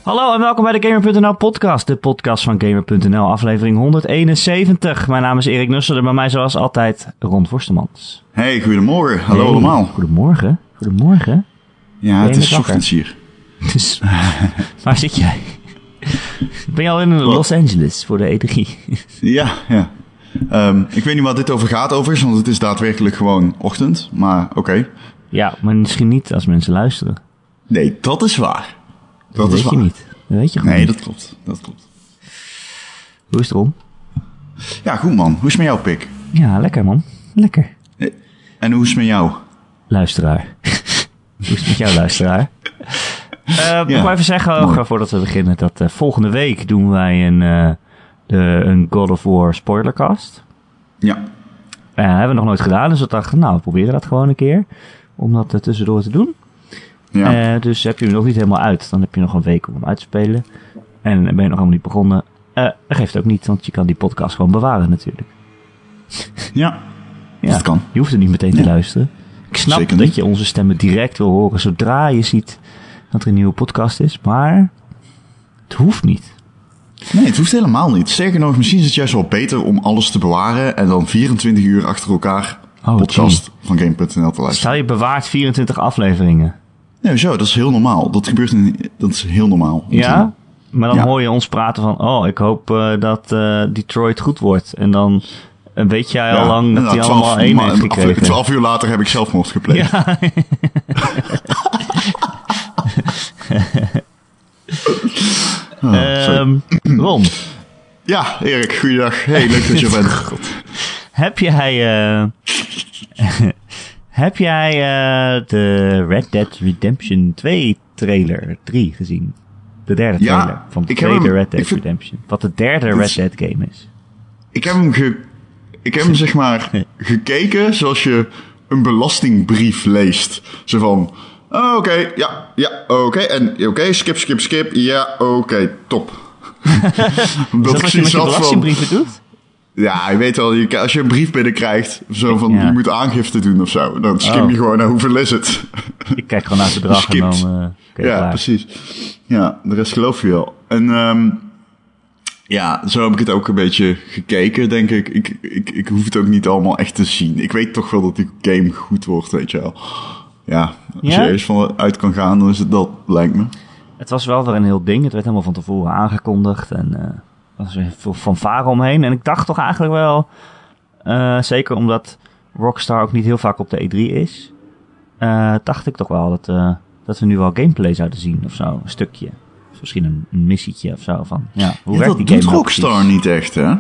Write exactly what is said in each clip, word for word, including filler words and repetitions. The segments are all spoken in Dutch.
Hallo en welkom bij de Gamer punt n l podcast, de podcast van Gamer punt n l, aflevering honderdeenenzeventig. Mijn naam is Erik Nussel en bij mij zoals altijd Ron Forstemans. Hey, goedemorgen. Hallo hey, allemaal. Goedemorgen. Goedemorgen. Ja, het is ochtends hier. Dus, waar zit jij? Ben je al in Los Angeles voor de E drie? Ja, ja. Um, ik weet niet wat dit over gaat overigens, want het is daadwerkelijk gewoon ochtend, maar oké. Okay. Ja, maar misschien niet als mensen luisteren. Nee, dat is waar. Dat, dat is weet waar. je niet. Dat weet je gewoon nee, niet. dat klopt. Dat klopt. Hoe is het, Ron? Ja, goed man. Hoe is het met jou, Pik? Ja, lekker man. Lekker. En hoe is het met jou? Luisteraar. Hoe is het met jou, luisteraar? Uh, ja, ik wil even zeggen, ook, voordat we beginnen, dat uh, volgende week doen wij een, uh, de, een God of War spoilercast. Ja. Uh, hebben we nog nooit gedaan, dus we dachten, nou, we proberen dat gewoon een keer. Om dat uh, tussendoor te doen. Ja. Uh, dus heb je hem nog niet helemaal uit. Dan heb je nog een week om hem uit te spelen. En ben je nog helemaal niet begonnen. Uh, dat geeft ook niet, want je kan die podcast gewoon bewaren natuurlijk. Ja, ja. dat kan. Je hoeft er niet meteen te ja. luisteren. Ik snap Zeker dat niet. Je onze stemmen direct wil horen zodra je ziet dat er een nieuwe podcast is. Maar het hoeft niet. Nee, het hoeft helemaal niet. Sterker nog, misschien is het juist wel beter om alles te bewaren en dan vierentwintig uur achter elkaar oh, podcast gee. van Game punt n l te luisteren. Stel je bewaart vierentwintig afleveringen. Nee, zo, dat is heel normaal. Dat gebeurt in, dat is heel normaal. Ja? Maar dan ja. hoor je ons praten van, oh, ik hoop uh, dat uh, Detroit goed wordt. En dan uh, weet jij ja, al lang dat hij nou, allemaal één heeft gekregen. Twaalf uur later heb ik zelfmoord gepleegd. Ja. oh, um, Ron. Ja, Erik, goeiedag. Hey, leuk dat je er bent. Heb jij... Uh, Heb jij uh, de Red Dead Redemption twee trailer drie gezien? De derde trailer ja, van de tweede hem, Red Dead vind, Redemption. Wat de derde Red is, Dead game is. Ik heb hem, ge, ik heb hem zeg maar gekeken zoals je een belastingbrief leest. Zo van, oh, oké, okay, ja, ja, oké, okay, en oké, okay, skip, skip, skip, ja, oké, okay, top. dat is dat wat je met je belastingbrieven van, doet? Ja, je weet wel, je, als je een brief binnenkrijgt, zo van, ja. je moet aangifte doen of zo. Dan skim oh. je gewoon naar hoeveel is het. Ik kijk gewoon naar het bedrag en dan... Uh, okay, ja, klaar. precies. Ja, de rest geloof je wel. En um, ja, zo heb ik het ook een beetje gekeken, denk ik. Ik, ik. ik hoef het ook niet allemaal echt te zien. Ik weet toch wel dat die game goed wordt, weet je wel. Ja, als ja? je eens van uit kan gaan, dan is het dat, lijkt me. Het was wel weer een heel ding. Het werd helemaal van tevoren aangekondigd en... Uh... Er was weer veel fanfare omheen. En ik dacht toch eigenlijk wel... Uh, zeker omdat Rockstar ook niet heel vaak op de E drie is... Uh, dacht ik toch wel dat, uh, dat we nu wel gameplay zouden zien of zo. Een stukje. Of misschien een, een missietje of zo. Van, ja, hoe ja, werkt dat die game doet Rockstar niet echt, hè?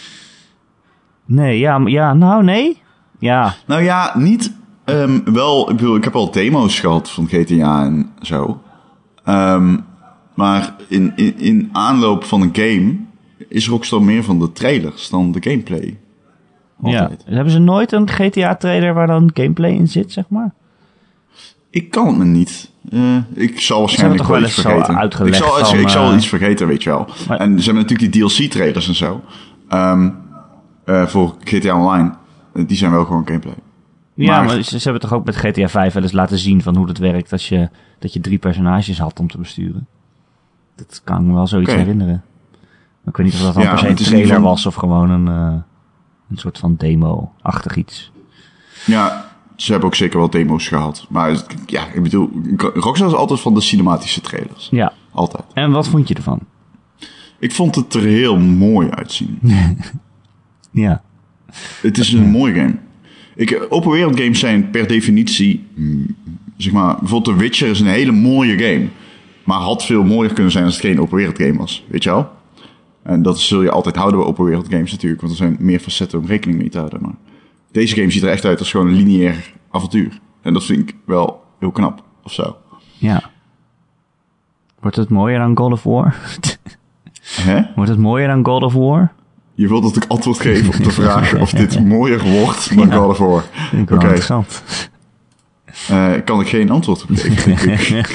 Nee, ja, ja, nou nee. Ja. Nou ja, niet... Um, wel, ik bedoel, ik heb al demo's gehad van G T A en zo. Um, maar in, in, in aanloop van een game... is Rockstar meer van de trailers dan de gameplay. Altijd. Ja, hebben ze nooit een G T A-trailer waar dan gameplay in zit, zeg maar? Ik kan het me niet. Uh, ik zal waarschijnlijk wel, wel iets vergeten. Ik zal, van, ik zal uh, iets vergeten, weet je wel. Maar, en ze hebben natuurlijk die D L C-trailers en zo. Um, uh, voor G T A Online. Uh, die zijn wel gewoon gameplay. Ja, maar, maar ze, ze hebben toch ook met G T A vijf wel eens laten zien van hoe het werkt als je, dat je drie personages had om te besturen. Dat kan ik me wel zoiets okay. herinneren. Ik weet niet of dat dan ja, per se een trailer van... was of gewoon een, uh, een soort van demo-achtig iets. Ja, ze hebben ook zeker wel demo's gehad. Maar ja, ik bedoel, Rockstar is altijd van de cinematische trailers. Ja. Altijd. En wat vond je ervan? Ik vond het er heel mooi uitzien. ja. Het is een mooi game. Ik, open wereld games zijn per definitie, zeg maar, bijvoorbeeld The Witcher is een hele mooie game. Maar had veel mooier kunnen zijn als het geen open wereld game was. Weet je wel? En dat zul je altijd houden bij open wereld games natuurlijk. Want er zijn meer facetten om rekening mee te houden. Maar deze game ziet er echt uit als gewoon een lineair avontuur. En dat vind ik wel heel knap. Of zo. Ja. Wordt het mooier dan God of War? Hè? Wordt het mooier dan God of War? Je wilt dat ik antwoord geef op de vraag of dit mooier wordt dan ja. God of War. Oké. Okay. Interessant. Uh, kan ik geen antwoord op geven.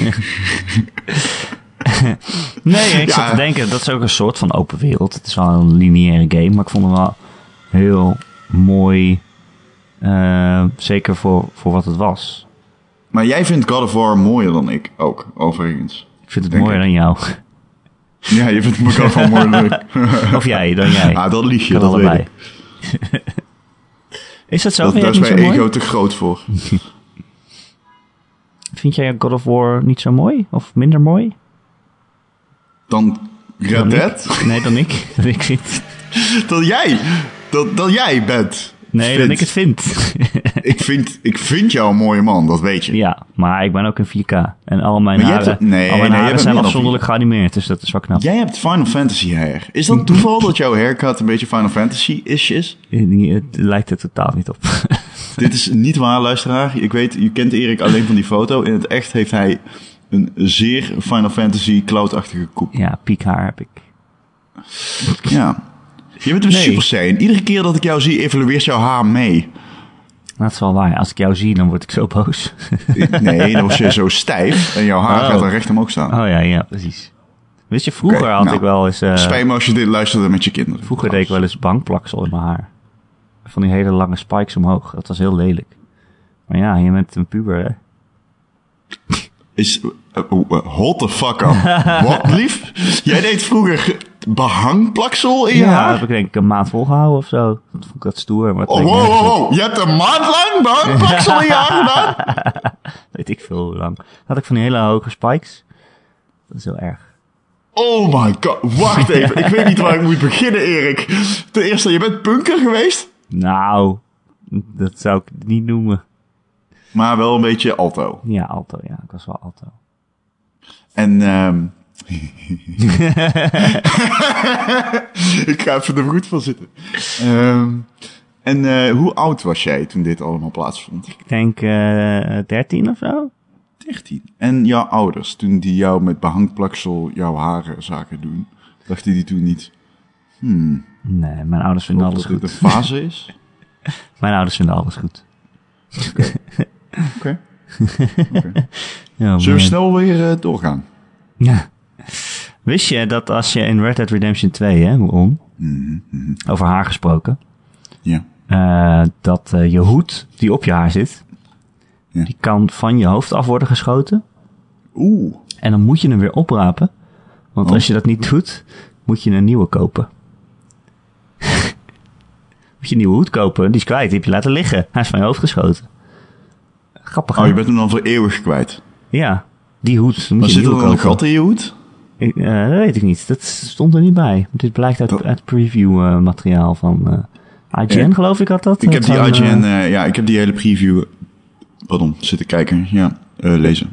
Nee, ik ja. zat te denken, dat is ook een soort van open wereld. Het is wel een lineaire game, maar ik vond hem wel heel mooi. Uh, zeker voor, voor wat het was. Maar jij vindt God of War mooier dan ik ook, overigens. Ik vind het mooier ik. dan jou. Ja, je vindt elkaar gewoon mooi leuk. Of jij, dan jij. Ah, dat lieg je, Kan dat allebei. weet ik. Is dat zo? Dat, Vind daar je is het mijn niet zo ego mooi? te groot voor. Vind jij God of War niet zo mooi? Of minder mooi? Dan Dan Red ik? Dead? Nee, dan ik. Dan ik vind. Dat jij, dat, dat jij bent. Nee, vindt. dan ik het vind. Ik vind, ik vind jou een mooie man, dat weet je. Ja, maar ik ben ook in vier K. En al mijn Maar jij haren, hebt- nee, al mijn nee, jij haren bent zijn meer dan afzonderlijk geanimeerd. Dus dat is wel knap. Jij hebt Final Fantasy hair. Is dat toeval dat jouw haircut een beetje Final Fantasy-ish is? Het lijkt er totaal niet op. Dit is niet waar, luisteraar. Ik weet, je kent Erik alleen van die foto. In het echt heeft hij een zeer Final Fantasy cloud-achtige koep. Ja, piekhaar heb ik. Ja. Je bent een Nee. Super Saiyan. Iedere keer dat ik jou zie, evolueert jouw haar mee. Dat is wel waar. Als ik jou zie, dan word ik zo boos. Nee, dan was je zo stijf en jouw haar Oh. gaat er recht omhoog staan. Oh ja, ja, precies. Wist je, vroeger Oké, had nou, ik wel eens... eh, Spijt me als je dit luisterde met je kinderen. vroeger deed ik wel eens bankplaksel in mijn haar. Van die hele lange spikes omhoog. Dat was heel lelijk. Maar ja, je bent een puber, hè? Is, uh, uh, hold the fuck up. Wat lief? Jij deed vroeger behangplaksel in je Ja, dat haar? heb ik denk ik een maand volgehouden of zo. Dat vond ik dat stoer. Maar het Oh, leek wow, nergens wow, op. wow. Je hebt een maand lang behangplaksel in je haar gedaan? Weet ik veel hoe lang. Dan had ik van die hele hoge spikes. Dat is heel erg. Oh my god, wacht even. Ik weet niet waar ik moet beginnen, Erik. Ten eerste, je bent punker geweest, Nou, dat zou ik niet noemen. maar wel een beetje alto. Ja, alto. Ja, ik was wel alto. En, ehm ik ga even er goed van zitten. Ehm en eh, hoe oud was jij toen dit allemaal plaatsvond? Ik denk eh dertien of zo. dertien. En jouw ouders, toen die jou met behangplaksel jouw haren zagen doen, dachten die toen niet Nee, mijn ouders vinden dat alles het goed. een fase is? Mijn ouders vinden alles goed. Oké. Ja, Zullen we maar- snel weer eh, doorgaan? Ja. Wist je dat als je in Red Dead Redemption twee, hè, hoe om, over haar gesproken, Ja. eh, dat eh, je hoed die op je haar zit, Ja. die kan van je hoofd af worden geschoten. Oeh. En dan moet je hem weer oprapen. Want Oh. als je dat niet doet, moet je een nieuwe kopen. Moet je een nieuwe hoed kopen, die is kwijt, die heb je laten liggen. Hij is van je hoofd geschoten. Grappig, Oh, hè? je bent hem dan voor eeuwig kwijt. Ja, die hoed, dan moet Maar je zit een er nieuwe dan een kopen. gat in je hoed? Ik, eh, dat weet ik niet. Dat stond er niet bij. Maar dit blijkt uit, Oh. uit preview eh, materiaal van eh I G N, Ja. geloof ik had dat. Ik heb Dat die zo'n, I G N, eh, eh, ja, ik heb die hele preview, pardon, zitten kijken, ja, eh, lezen.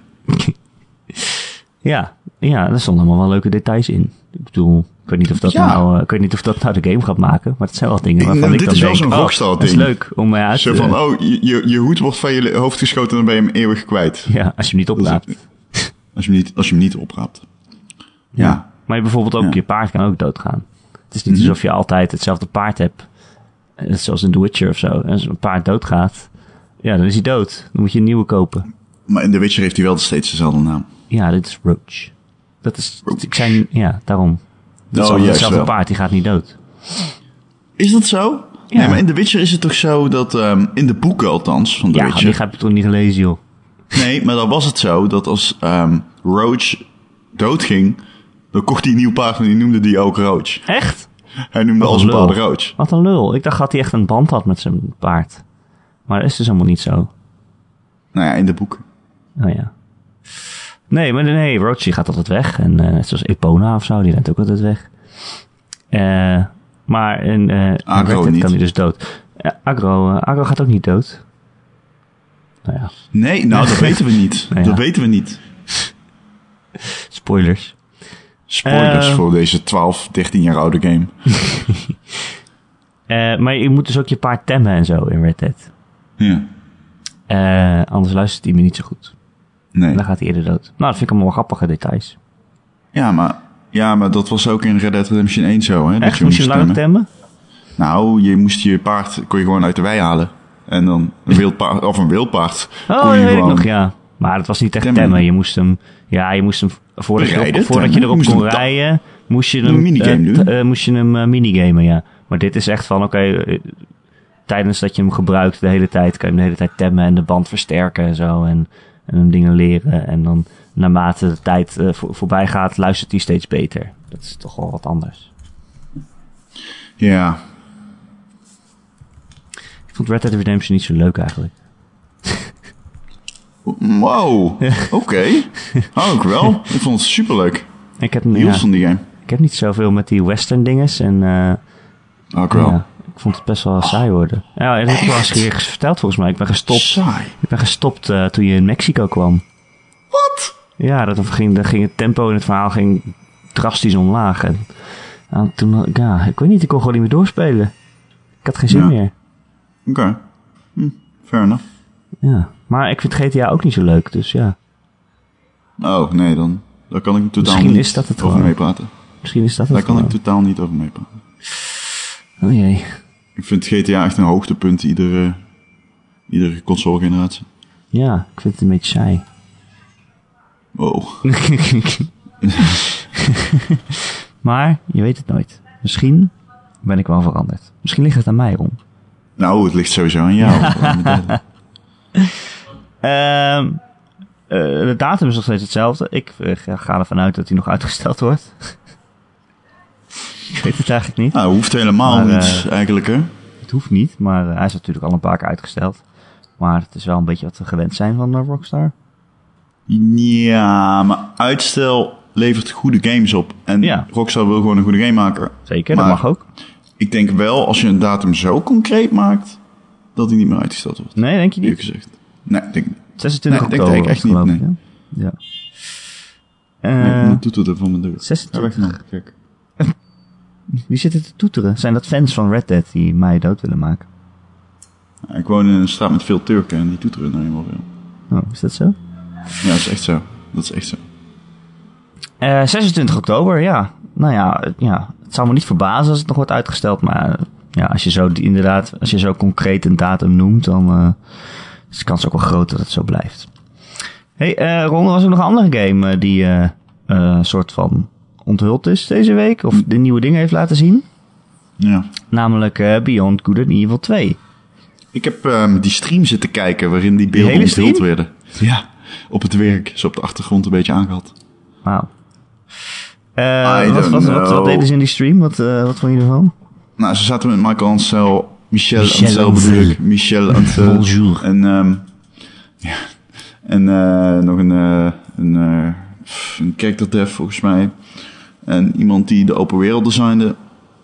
ja, ja, daar stonden allemaal wel leuke details in. Ik bedoel, ik weet niet of dat, Ja. nou, eh, ik weet niet of dat nou de game gaat maken. Maar het zijn wel dingen waarvan Nou, ik dit dan is wel denk, zo'n oh, Rockstar dat is ding. leuk om mij uit Zo te... van, oh, je, je, je hoed wordt van je hoofd geschoten en dan ben je hem eeuwig kwijt. Ja, als je hem niet Dat is- opraapt. Als je hem niet, als je hem niet opraapt. Ja. Maar je bijvoorbeeld ook, Ja. je paard kan ook doodgaan. Het is niet Mhm. alsof je altijd hetzelfde paard hebt. Eh, Zoals in The Witcher of zo. En als een paard doodgaat, ja, dan is hij dood. Dan moet je een nieuwe kopen. Maar in The Witcher heeft hij wel steeds dezelfde naam. Ja, dit is Roach. Dat is, Roach. ik zei, ja, daarom. Dat is Oh, altijd juist hetzelfde wel. paard, die gaat niet dood. Is dat zo? Ja. Nee, maar in The Witcher is het toch zo dat, ehm, in de boeken althans, van The Ja, Witcher. die heb je toch niet gelezen, joh. Nee, maar dan was het zo dat als ehm, Roach doodging, dan kocht hij een nieuw paard en die noemde die ook Roach. Echt? Hij noemde Wat al een zijn lul. paarden Roach. Wat een lul. Ik dacht dat hij echt een band had met zijn paard. Maar dat is dus helemaal niet zo. Nou ja, in de boeken. Oh ja. Nee, maar nee, Roach die gaat altijd weg. En eh, net zoals Epona of zo, die rent ook altijd weg. Eh, maar in, eh in Agro Red Dead niet. kan hij dus dood. Ja, Agro, eh, Agro gaat ook niet dood. Nou ja, Nee, nou, dat weten we niet. Nou ja. Dat weten we niet. spoilers. Spoilers Eh. voor deze twaalf, dertien jaar oude game. Eh, maar je moet dus ook je paard temmen en zo in Red Dead. Ja. Eh, anders luistert hij me niet zo goed. Nee. Dan gaat hij eerder dood. Nou, dat vind ik allemaal wel grappige details. Ja, maar, ja, maar dat was ook in Red Dead Redemption één zo, hè? dat Echt? Moest je moest langer temmen. temmen? Nou, je moest je paard, kon je gewoon uit de wei halen. En dan een wild paard, of een wild paard. Oh, kon dat je weet ik gewoon- nog, ja. Maar het was niet echt Temmen. temmen. Je moest hem, ja, je moest hem, voordat je Rijden, erop, voordat je temmen. erop Je moest kon hem ta- rijden, moest je Een hem, minigame eh, doen. t- eh, moest je hem eh, minigamen, ja. Maar dit is echt van, oké, eh, tijdens dat je hem gebruikt de hele tijd, kan je hem de hele tijd temmen en de band versterken en zo. En En hem dingen leren. En dan naarmate de tijd uh, voor, voorbij gaat, luistert hij steeds beter. Dat is toch wel wat anders. Ja. Ik vond Red Dead Redemption niet zo leuk eigenlijk. Wow, oké. Okay. Hou ik wel. Ik vond het superleuk. Ik heb, Niels ja, van die game. Ik heb niet zoveel met die western dinges. En uh, ook wel. Ja, ik vond het best wel oh. saai worden. Ja, dat heb ik wel eens keer verteld volgens mij. Ik ben gestopt, saai. Ik ben gestopt uh, toen je in Mexico kwam. Wat? Ja, dat ging, dat ging het tempo in het verhaal ging drastisch omlaag. En, en toen, ja, ik weet niet, ik kon gewoon niet meer doorspelen. Ik had geen zin ja. meer. Oké. Okay. Hm, fair enough. Ja, maar ik vind G T A ook niet zo leuk, dus ja. Oh, nee, dan daar kan ik totaal Misschien niet is dat het over gewoon. meepraten. Misschien is dat het Daar kan gewoon. ik totaal niet over meepraten. Oh jee. Ik vind G T A echt een hoogtepunt iedere, iedere console-generatie. Ja, ik vind het een beetje saai. Wow. Maar, je weet het nooit. Misschien ben ik wel veranderd. Misschien ligt het aan mij, Ron. Nou, het ligt sowieso aan jou. um, uh, de datum is nog steeds hetzelfde. Ik uh, ga ervan uit dat hij nog uitgesteld wordt. Ik weet het eigenlijk niet. Nou, hoeft helemaal maar, niet, uh, eigenlijk, hè? Het hoeft niet, maar uh, hij is natuurlijk al een paar keer uitgesteld. Maar het is wel een beetje wat we gewend zijn van uh, Rockstar. Ja, maar uitstel levert goede games op. En ja. Rockstar wil gewoon een goede game maken. Zeker, maar dat mag ook. Ik denk wel, als je een datum zo concreet maakt, dat hij niet meer uitgesteld wordt. Nee, denk je niet? Gezegd. Nee, denk niet. zesentwintig nee, oktober. Denk ik echt niet, nee. Ik, ja. Uh, nee, doet het er van mijn deur. zesentwintig. Kijk. Wie zit er te toeteren? Zijn dat fans van Red Dead die mij dood willen maken? Ja, ik woon in een straat met veel Turken en die toeteren nou helemaal veel. Oh, is dat zo? Ja, dat is echt zo. Dat is echt zo. Uh, zesentwintig oktober, ja. Nou ja, ja, het zou me niet verbazen als het nog wordt uitgesteld, maar ja, als je zo inderdaad, als je zo concreet een datum noemt, dan uh, is de kans ook wel groot dat het zo blijft. Hey, uh, Ron, was er nog een andere game uh, die uh, uh, soort van onthuld is deze week, of de nieuwe dingen heeft laten zien? Ja. Namelijk uh, Beyond Good and Evil twee. Ik heb um, die stream zitten kijken waarin die beelden die onthuld werden. Ja, op het werk. Zo op de achtergrond een beetje aangehad. Wauw. Uh, wat, wat, wat, wat deden ze in die stream? Wat, uh, wat vond je ervan? Nou, ze zaten met Michael Ancel, Michel, Michel Ancel bedoel ik. Michel Ancel. Bonjour. En, um, ja, en uh, nog een, uh, een, uh, een character dev volgens mij. En iemand die de open wereld designde.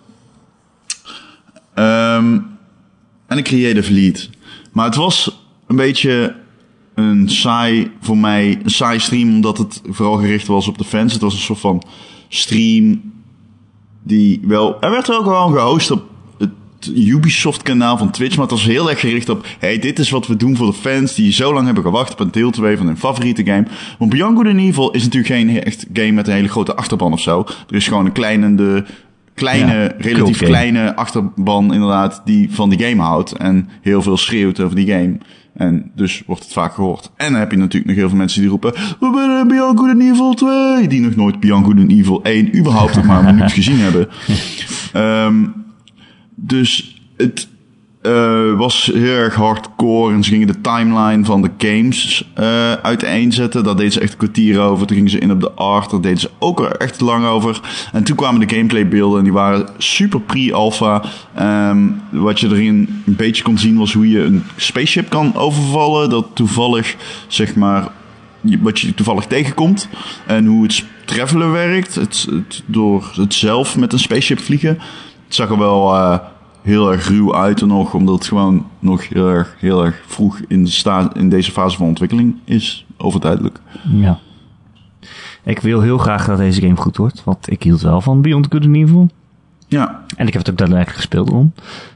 Um, en een creative lead. Maar het was een beetje een saai, voor mij, een saai stream, omdat het vooral gericht was op de fans. Het was een soort van stream die wel... Er werd wel gewoon gehost op het Ubisoft-kanaal van Twitch, maar het was heel erg gericht op... Hey, dit is wat we doen voor de fans die zo lang hebben gewacht op een deel twee van hun favoriete game. Want Beyond Good and Evil is natuurlijk geen echt game met een hele grote achterban of zo. Er is gewoon een kleine... Kleine, ja, relatief kleine achterban inderdaad, die van die game houdt en heel veel schreeuwt over die game. En dus wordt het vaak gehoord. En dan heb je natuurlijk nog heel veel mensen die roepen, we willen Beyond Good and Evil twee, die nog nooit Beyond Good and Evil één überhaupt nog maar een minuut gezien hebben. Um, dus het uh, was heel erg hardcore en ze gingen de timeline van de games uh, uiteenzetten. Daar deden ze echt een kwartier over. Toen gingen ze in op de art. Daar deden ze ook echt lang over. En toen kwamen de gameplaybeelden en die waren super pre-alpha. Um, wat je erin een beetje kon zien was hoe je een spaceship kan overvallen. Dat toevallig, zeg maar, wat je toevallig tegenkomt. En hoe het travelen werkt. Het, het, door het zelf met een spaceship vliegen. Het zag er wel... Uh, heel erg ruw uit er nog, omdat het gewoon nog heel erg, heel erg vroeg in, de sta- in deze fase van ontwikkeling is, overduidelijk. Ja. Ik wil heel graag dat deze game goed wordt, want ik hield wel van Beyond Good and Evil. Ja. En ik heb het ook daadwerkelijk gespeeld, Ron.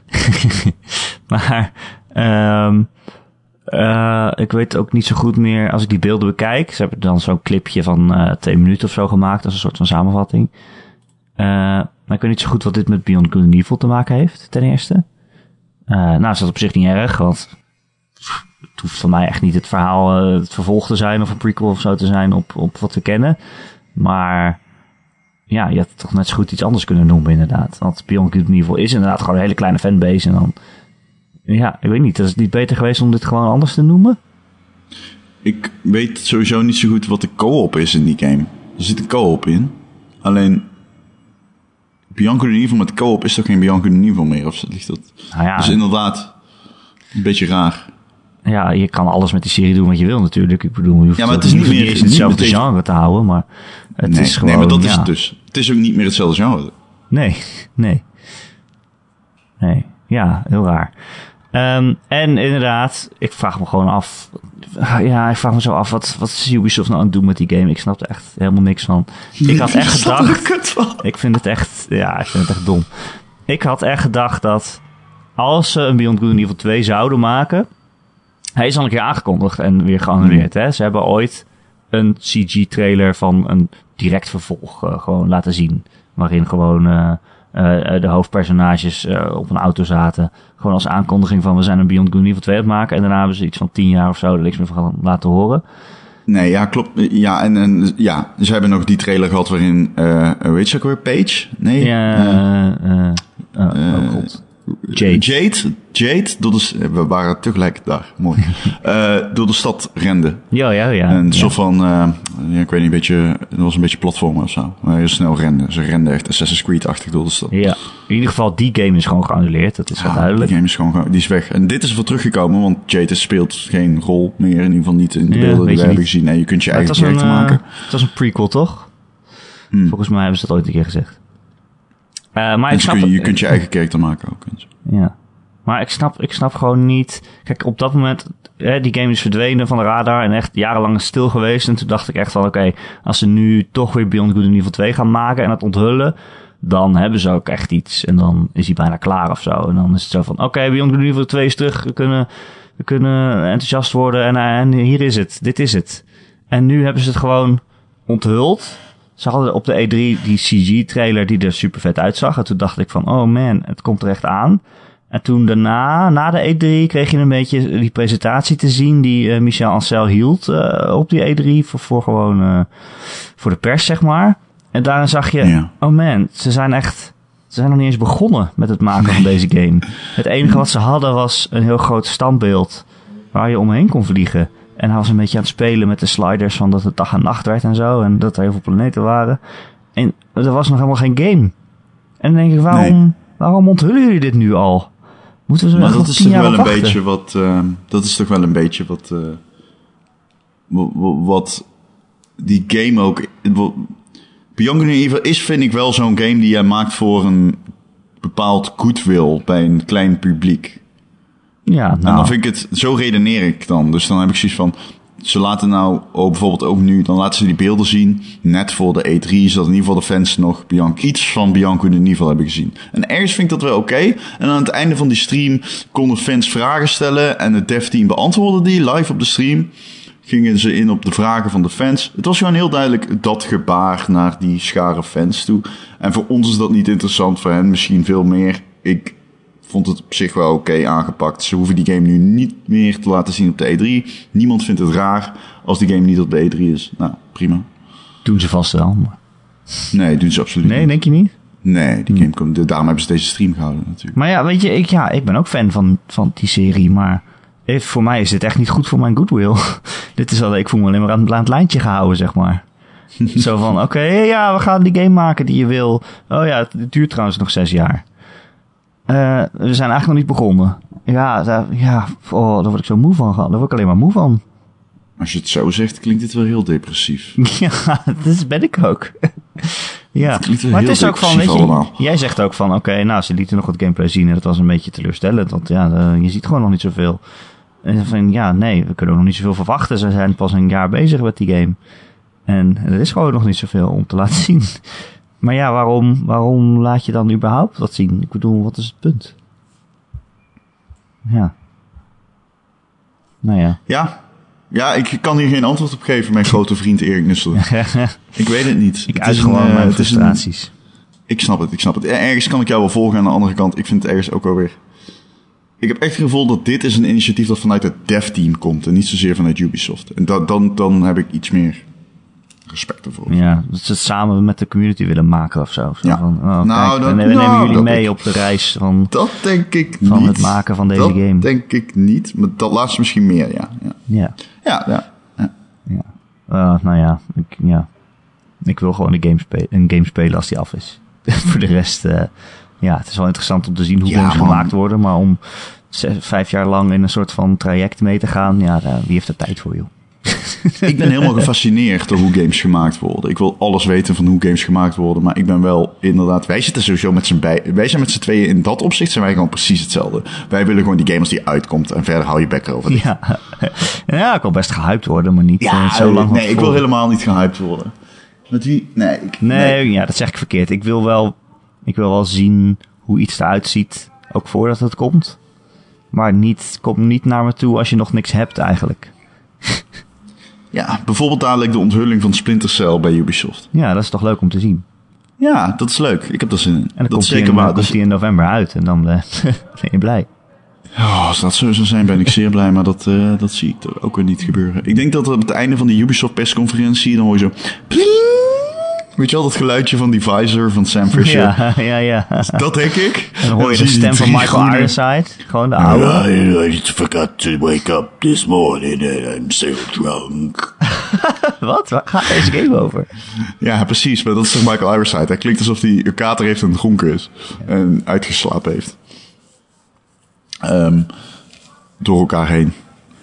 Maar, um, uh, ik weet ook niet zo goed meer, als ik die beelden bekijk, ze hebben dan zo'n clipje van uh, twee minuten of zo gemaakt, als een soort van samenvatting. Uh, maar ik weet niet zo goed wat dit met Beyond Good and Evil te maken heeft, ten eerste. Uh, nou, is dat op zich niet erg, want het hoeft voor mij echt niet het verhaal, uh, het vervolg te zijn of een prequel of zo te zijn op, op wat we kennen. Maar ja, je had toch net zo goed iets anders kunnen noemen inderdaad. Want Beyond Good and Evil is inderdaad gewoon een hele kleine fanbase en dan... Ja, ik weet niet, is het niet beter geweest om dit gewoon anders te noemen? ik weet sowieso niet zo goed wat de co-op is in die game. Er zit een co-op in. Alleen Beyond Good and Evil met co-op is toch geen Beyond Good and Evil meer? Of ligt dat? Nou ja, dus inderdaad, een beetje raar. Ja, je kan alles met die serie doen wat je wil natuurlijk. Ik bedoel, je hoeft ja, maar het is niet meer niet hetzelfde niet genre te houden, maar het nee, is gewoon... Nee, maar dat ja. is het dus. Het is ook niet meer hetzelfde genre. Nee, nee. Nee, ja, heel raar. Um, en inderdaad, ik vraag me gewoon af... Ja, ik vraag me zo af, wat, wat is Ubisoft nou aan het doen met die game? Ik snap er echt helemaal niks van. Ik had echt gedacht... Ik vind het echt... Ja, ik vind het echt dom. Ik had echt gedacht dat als ze een Beyond Good and Evil twee zouden maken... Hij is al een keer aangekondigd en weer geannuleerd. Hè? Ze hebben ooit een C G-trailer van een direct vervolg uh, gewoon laten zien. Waarin gewoon uh, uh, de hoofdpersonages uh, op een auto zaten. Gewoon als aankondiging van we zijn een Beyond Good and Evil twee aan het maken. En daarna hebben ze iets van tien jaar of zo er niks meer van laten horen. Nee, ja, klopt. Ja, en, en ja, ze hebben nog die trailer gehad waarin... Uh, weet je ook weer? Page? Nee? Ja, uh, uh, uh, uh, oh god. Jade. Jade, Jade door de, we waren tegelijk daar, mooi, uh, door de stad rende. Ja, ja, ja. Een ja. soort van, uh, ja, ik weet niet, een beetje, het was een beetje platformen of zo. Maar heel snel renden. Ze renden echt Assassin's Creed-achtig door de stad. Ja, in ieder geval, die game is gewoon geannuleerd, dat is ja, wel duidelijk. Die game is gewoon, die is weg. En dit is ervoor teruggekomen, want Jade speelt geen rol meer, in ieder geval niet in de ja, beelden die we hebben gezien. Nee, je kunt je maar eigen character een, maken. Uh, het was een prequel, toch? Hmm. Volgens mij hebben ze dat ooit een keer gezegd. Uh, maar dus ik snap kun je, je het, kunt je eigen character maken ook. Ja. Maar ik snap, ik snap gewoon niet... Kijk, op dat moment... Hè, die game is verdwenen van de radar en echt jarenlang stil geweest. En toen dacht ik echt van... Oké, okay, als ze nu toch weer Beyond Good and Evil twee gaan maken en het onthullen... Dan hebben ze ook echt iets. En dan is hij bijna klaar of zo. En dan is het zo van... Oké, okay, Beyond Good and Evil twee is terug. We kunnen, we kunnen enthousiast worden. En, en hier is het. Dit is het. En nu hebben ze het gewoon onthuld. Ze hadden op de E drie die C G-trailer die er super vet uitzag. En toen dacht ik van... Oh man, het komt er echt aan. En toen daarna, na de E drie, kreeg je een beetje die presentatie te zien die uh, Michel Ancel hield uh, op die E drie voor, voor gewoon uh, voor de pers, zeg maar. En daarin zag je, ja. oh man, ze zijn echt, ze zijn nog niet eens begonnen met het maken nee. van deze game. Het enige wat ze hadden was een heel groot standbeeld waar je omheen kon vliegen. En hij was een beetje aan het spelen met de sliders van dat het dag en nacht werd en zo. En dat er heel veel planeten waren. En er was nog helemaal geen game. En dan denk ik, waarom, nee. waarom onthullen jullie dit nu al? Moeten we zo maar dat is toch wel een wachten? beetje wat, uh, dat is toch wel een beetje wat, uh, wat, wat die game ook, wat, Beyond Good and Evil is, vind ik wel zo'n game die jij maakt voor een bepaald goodwill bij een klein publiek. Ja, nou. En dan vind ik het, zo redeneer ik dan. Dus dan heb ik zoiets van, ze laten nou, oh, bijvoorbeeld ook nu, dan laten ze die beelden zien, net voor de E drie, zodat in ieder geval de fans nog Beyond, iets van Beyond Good and Evil hebben gezien. En ergens vind ik dat wel oké. Okay. En aan het einde van die stream konden fans vragen stellen en het devteam beantwoordde die live op de stream. Gingen ze in op de vragen van de fans. Het was gewoon heel duidelijk dat gebaar naar die schare fans toe. En voor ons is dat niet interessant, voor hen misschien veel meer. Ik vond het op zich wel oké okay aangepakt. Ze hoeven die game nu niet meer te laten zien op de E drie. Niemand vindt het raar als die game niet op de E drie is. Nou, prima. Doen ze vast wel. Maar... Nee, doen ze absoluut nee, niet. Nee, denk je niet? Nee, die game komt, daarom hebben ze deze stream gehouden natuurlijk. Maar ja, weet je, ik, ja, ik ben ook fan van, van die serie, maar... Voor mij is dit echt niet goed voor mijn goodwill. Dit is al, ik voel me alleen maar aan, aan het lijntje gehouden, zeg maar. Zo van, oké, okay, ja, we gaan die game maken die je wil. Oh ja, het duurt trouwens nog zes jaar. Uh, we zijn eigenlijk nog niet begonnen. Ja, daar, ja oh, daar word ik zo moe van. Daar word ik alleen maar moe van. Als je het zo zegt, klinkt het wel heel depressief. Ja, dat ben ik ook. Ja, het maar het is ook van, weet je, jij zegt ook van, oké, okay, nou, ze lieten nog wat gameplay zien en dat was een beetje teleurstellend, want ja, uh, je ziet gewoon nog niet zoveel. En van, ja, nee, we kunnen nog niet zoveel verwachten. Ze zijn pas een jaar bezig met die game. En er is gewoon nog niet zoveel om te laten zien. Maar ja, waarom, waarom laat je dan überhaupt dat zien? Ik bedoel, wat is het punt? Ja. Nou ja. Ja. Ja, ik kan hier geen antwoord op geven, mijn grote vriend Erik Nussel. Ik weet het niet. Ik uit gewoon uh, mijn frustraties. Een, ik snap het, ik snap het. Ergens kan ik jou wel volgen aan de andere kant. Ik vind het ergens ook wel weer... Ik heb echt het gevoel dat dit is een initiatief dat vanuit het devteam komt en niet zozeer vanuit Ubisoft. En dat, dan, dan heb ik iets meer respect ervoor. Ja, dat ze het samen met de community willen maken of zo. zo ja. van, oh, nou, kijk, dat, we, we nou, nemen jullie mee ik, op de reis van, dat denk ik van niet. het maken van deze dat game. Dat denk ik niet, maar dat laatste misschien meer, ja. Ja, ja. ja, ja. Uh, nou ja ik, ja, ik wil gewoon een game, spe- een game spelen als die af is. Voor de rest, uh, ja, het is wel interessant om te zien hoe ja, games man. gemaakt worden. Maar om zes, vijf jaar lang in een soort van traject mee te gaan, ja, uh, wie heeft er tijd voor, joh? Ik ben helemaal gefascineerd door hoe games gemaakt worden. Ik wil alles weten van hoe games gemaakt worden. Maar ik ben wel inderdaad... Wij zitten sowieso met z'n bij. Wij zijn met z'n tweeën in dat opzicht zijn wij gewoon precies hetzelfde. Wij willen gewoon die game als die uitkomt. En verder hou je bek over. Ja, ja ik wil best gehyped worden, maar niet ja, uh, zo lang. Nee, ik wil helemaal niet gehyped worden. Met wie? Nee, ik, nee, nee, ja, dat zeg ik verkeerd. Ik wil wel, ik wil wel zien hoe iets eruit ziet. Ook voordat het komt. Maar niet, kom niet naar me toe als je nog niks hebt eigenlijk. Ja, bijvoorbeeld dadelijk de onthulling van Splinter Cell bij Ubisoft. Ja, dat is toch leuk om te zien. Ja, dat is leuk. Ik heb dat zin in. En dan dat komt zeker die in, waar. Dus die in november uit en dan uh, ben je blij. Oh, als dat zo zou zijn, ben ik zeer blij. Maar dat, uh, dat zie ik er ook weer niet gebeuren. Ik denk dat op het einde van de Ubisoft persconferentie, dan hoor je zo... Weet je wel, dat geluidje van die visor van Sam Fisher? Ja, ja, ja. Dat denk ik. En dan hoor je de stem van Michael Ironside. Gewoon de oude. I, I just forgot to wake up this morning and I'm so drunk. Wat? Waar gaat deze game over? Ja, precies. Maar dat is toch Michael Ironside. Hij klinkt alsof hij een kater heeft en dronken is. Ja. En uitgeslapen heeft. Um, door elkaar heen.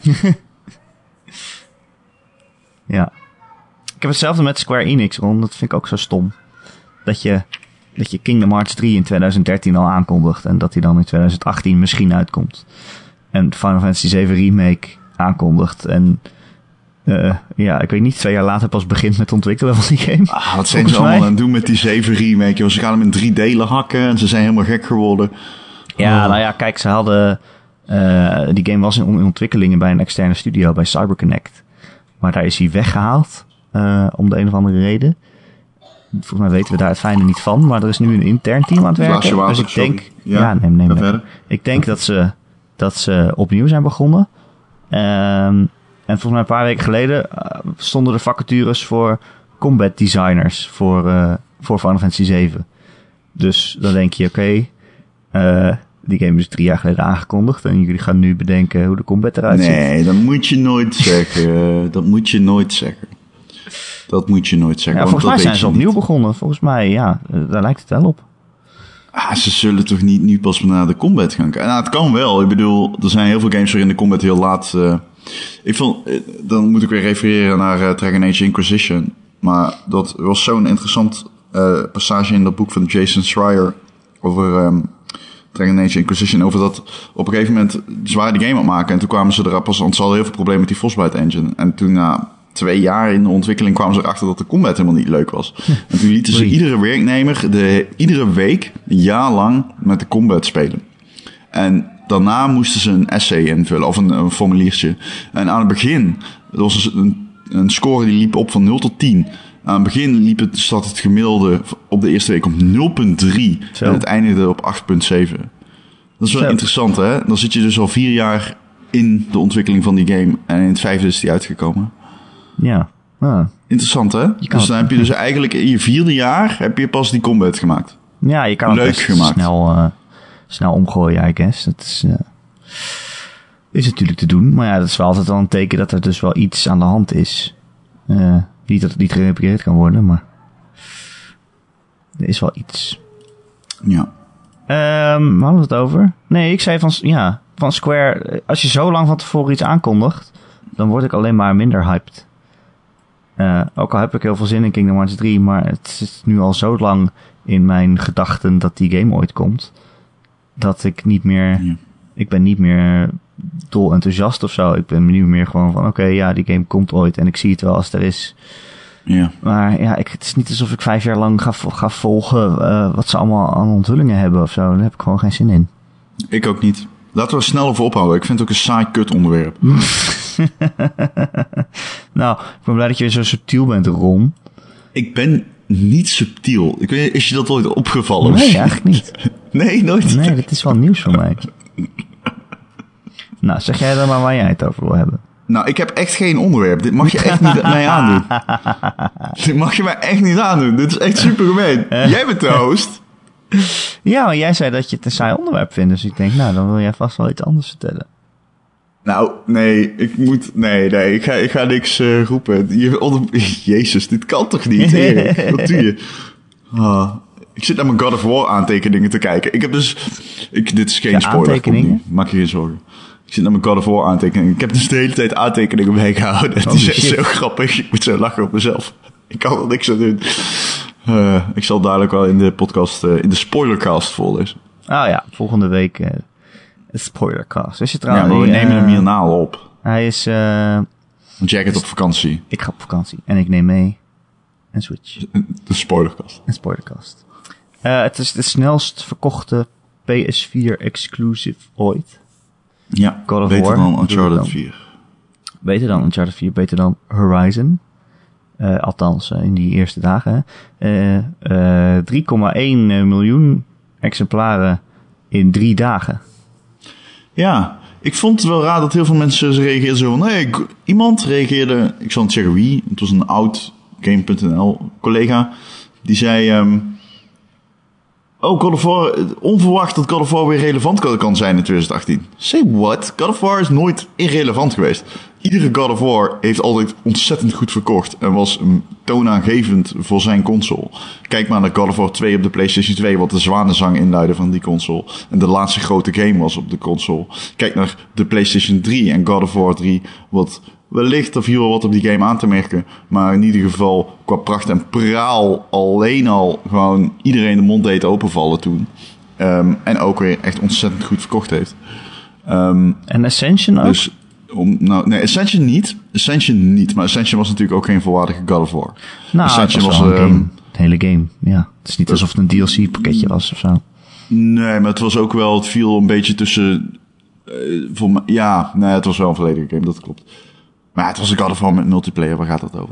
Ja. Ik heb hetzelfde met Square Enix, want dat vind ik ook zo stom. Dat je, dat je Kingdom Hearts drie in twintig dertien al aankondigt en dat hij dan in twintig achttien misschien uitkomt. En Final Fantasy zeven Remake aankondigt en uh, ja, ik weet niet, twee jaar later pas begint met ontwikkelen van die game. Ah, wat zijn ze allemaal aan het doen met die zeven Remake? Joh. Ze gaan hem in drie delen hakken en ze zijn helemaal gek geworden. Ja, oh. nou ja, kijk, ze hadden... Uh, die game was in, in ontwikkelingen bij een externe studio, bij CyberConnect. Maar daar is hij weggehaald. Uh, om de een of andere reden. Volgens mij weten we daar het fijne niet van. Maar er is nu een intern team aan het werken. Water, dus ik denk... Ja, ja, neem, neem, neem. Ik denk dat ze, dat ze opnieuw zijn begonnen. Um, en volgens mij een paar weken geleden uh, stonden er vacatures voor combat designers voor, uh, voor Final Fantasy zeven. Dus dan denk je, oké... Okay, uh, die game is drie jaar geleden aangekondigd en jullie gaan nu bedenken hoe de combat eruit ziet. Nee, dat moet je nooit zeggen. Dat moet je nooit zeggen. Dat moet je nooit zeggen. Ja, volgens mij zijn ze opnieuw niet. begonnen. Volgens mij, ja, daar lijkt het wel op. Ah, ze zullen toch niet nu pas naar de combat gaan kijken? Nou, het kan wel. Ik bedoel, er zijn heel veel games waarin de combat heel laat... Uh, ik vond, uh, dan moet ik weer refereren naar uh, Dragon Age Inquisition. Maar dat was zo'n interessant uh, passage in dat boek van Jason Schreier over... Um, Dragon Age Inquisition, over dat op een gegeven moment ze waren de game aan het maken en toen kwamen ze er pas, want ze hadden heel veel problemen met die Frostbite engine. En toen na twee jaar in de ontwikkeling kwamen ze erachter dat de combat helemaal niet leuk was. En toen lieten ze iedere werknemer de, iedere week een jaar lang met de combat spelen. En daarna moesten ze een essay invullen, of een, een formuliertje. En aan het begin, er was een, een score die liep op van nul tot tien. Aan het begin liep het, zat het gemiddelde op de eerste week op nul komma drie. Zo. En het eindigde op acht komma zeven. Dat is wel Zo. interessant, hè? Dan zit je dus al vier jaar in de ontwikkeling van die game. En in het vijfde is die uitgekomen. Ja. Ah. Interessant, hè? Dus dan heb je dus eigenlijk in je vierde jaar heb je pas die combat gemaakt. Ja, je kan Leuk het best gemaakt. Snel, uh, snel omgooien, I guess. Dat is, uh, is natuurlijk te doen. Maar ja, dat is wel altijd wel een teken dat er dus wel iets aan de hand is. Uh, Niet dat het niet gerepareerd kan worden, maar er is wel iets. Ja. Um, waar hadden we het over? Nee, ik zei van, ja, van Square, als je zo lang van tevoren iets aankondigt, dan word ik alleen maar minder hyped. Uh, ook al heb ik heel veel zin in Kingdom Hearts drie, maar het zit nu al zo lang in mijn gedachten dat die game ooit komt, dat ik niet meer, ja. ik ben niet meer dol enthousiast of zo. Ik ben nu meer gewoon van, oké, okay, ja, die game komt ooit en ik zie het wel als het er is. Ja. Maar ja, ik, het is niet alsof ik vijf jaar lang ga, ga volgen uh, wat ze allemaal aan onthullingen hebben of zo. Daar heb ik gewoon geen zin in. Ik ook niet. Laten we er snel over ophouden. Ik vind het ook een saai kut onderwerp. Nou, ik ben blij dat je weer zo subtiel bent, Ron. Ik ben niet subtiel. Ik weet, is je dat ooit opgevallen? Nee, eigenlijk niet. Nee, nooit. Nee, dat is wel nieuws voor mij. Nou, zeg jij dan maar waar jij het over wil hebben. Nou, ik heb echt geen onderwerp. Dit mag je echt niet mij aandoen. Dit mag je mij echt niet aandoen. Dit is echt super gemeen. Jij bent de host. Ja, maar jij zei dat je het een saai onderwerp vindt. Dus ik denk, nou, dan wil jij vast wel iets anders vertellen. Nou, nee, ik moet... Nee, nee, ik ga, ik ga niks uh, roepen. Je, onder, Jezus, dit kan toch niet, Erik? Wat doe je? Ah, ik zit naar mijn God of War aantekeningen te kijken. Ik heb dus... Ik, dit is geen ja, spoiler. Aantekeningen? Maak je geen zorgen. Ik zit naar mijn God of War aantekeningen. Ik heb dus de hele tijd aantekeningen bijgehouden. Het oh, is echt zo grappig. Ik moet zo lachen op mezelf. Ik kan er niks aan doen. Uh, ik zal dadelijk wel in de podcast, uh, in de spoilercast voorlezen. Ah ja, volgende week... Uh... Een spoilercast. Wist je trouwens? Ja, maar we uh, nemen hem hierna al op. Hij is... Uh, Want jij gaat op vakantie. Ik ga op vakantie. En ik neem mee een Switch. De spoilercast. Een spoilercast. Uh, het is de snelst verkochte P S vier exclusive ooit. Ja, God of beter War, dan Uncharted dan. vier. Beter dan Uncharted vier. Beter dan Horizon. Uh, althans, uh, in die eerste dagen. Uh, uh, drie komma één miljoen exemplaren in drie dagen. Ja, ik vond het wel raar dat heel veel mensen reageerden zo van... Nee, ik, iemand reageerde, ik zal niet zeggen wie, het was een oud Game punt n l collega, die zei... Um, oh, God of War, onverwacht dat God of War weer relevant kan zijn in twintig achttien. Say what? God of War is nooit irrelevant geweest. Iedere God of War heeft altijd ontzettend goed verkocht en was toonaangevend voor zijn console. Kijk maar naar God of War twee op de PlayStation twee, wat de zwanenzang inluidde van die console. En de laatste grote game was op de console. Kijk naar de PlayStation drie en God of War drie, wat wellicht er viel wel wat op die game aan te merken. Maar in ieder geval qua pracht en praal alleen al gewoon iedereen de mond deed openvallen toen. Um, en ook weer echt ontzettend goed verkocht heeft. Um, en Ascension ook? Dus, Om, nou, nee, Ascension niet. Ascension niet. Maar Ascension was natuurlijk ook geen volwaardige God of War. Nou, Ascension was, was een um, game. Het hele game, ja. Het is niet alsof het een D L C-pakketje was of zo. Nee, maar het was ook wel... Het viel een beetje tussen... Uh, voor mij, ja, nee, het was wel een volledige game, dat klopt. Maar het was een God of War met multiplayer. Waar gaat dat over?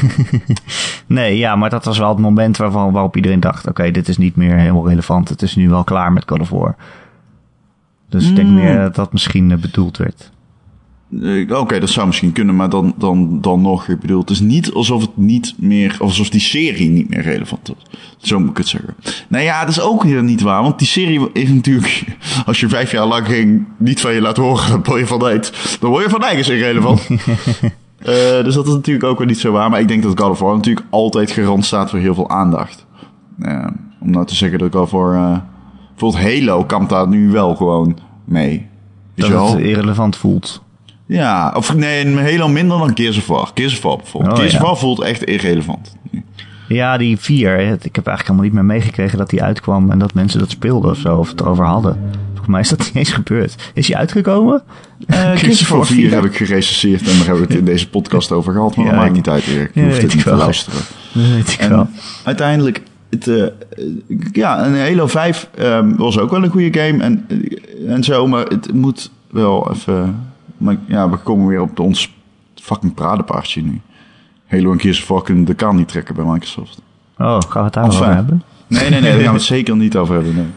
Nee, ja, maar dat was wel het moment waarvan, waarop iedereen dacht... Oké, okay, dit is niet meer helemaal relevant. Het is nu wel klaar met God of War. Dus mm. ik denk meer dat dat misschien uh, bedoeld werd. Oké, okay, dat zou misschien kunnen, maar dan, dan, dan nog, ik bedoel, het is niet alsof het niet meer, alsof die serie niet meer relevant was. Zo moet ik het zeggen. Nou ja, dat is ook weer niet waar, want die serie is natuurlijk, als je vijf jaar lang ging niet van je laat horen, dan word je vanuit, dan word je van eigens irrelevant. uh, dus dat is natuurlijk ook weer niet zo waar, maar ik denk dat God of War natuurlijk altijd garant staat voor heel veel aandacht. Uh, om nou te zeggen dat God of War, uh, bijvoorbeeld Halo kampt daar nu wel gewoon mee. Dat het irrelevant voelt. Ja, of nee, heel minder dan Gears of War. Gears of War bijvoorbeeld. Oh, Gears ja. of War voelt echt irrelevant. Ja, die vier. Ik heb eigenlijk helemaal niet meer meegekregen dat die uitkwam en dat mensen dat speelden of zo, of het erover hadden. Volgens mij is dat niet eens gebeurd. Is die uitgekomen? Uh, Gears of War vier heb ik gerecenseerd en daar hebben we het in deze podcast over gehad, maar ja, dat maakt niet uit, Erik. Je ja, hoeft dit niet te luisteren. Dat weet ik en wel. Uiteindelijk, het, uh, ja, een Halo vijf um, was ook wel een goede game en, en zo, maar het moet wel even... Maar ja, we komen weer op de, ons fucking pratenpaardje nu. Halo en Gears of War kunnen de kaan niet trekken bij Microsoft. Oh, gaan we het daarover enfin, hebben? Nee, nee, nee, daar gaan we het zeker niet over hebben. Nee.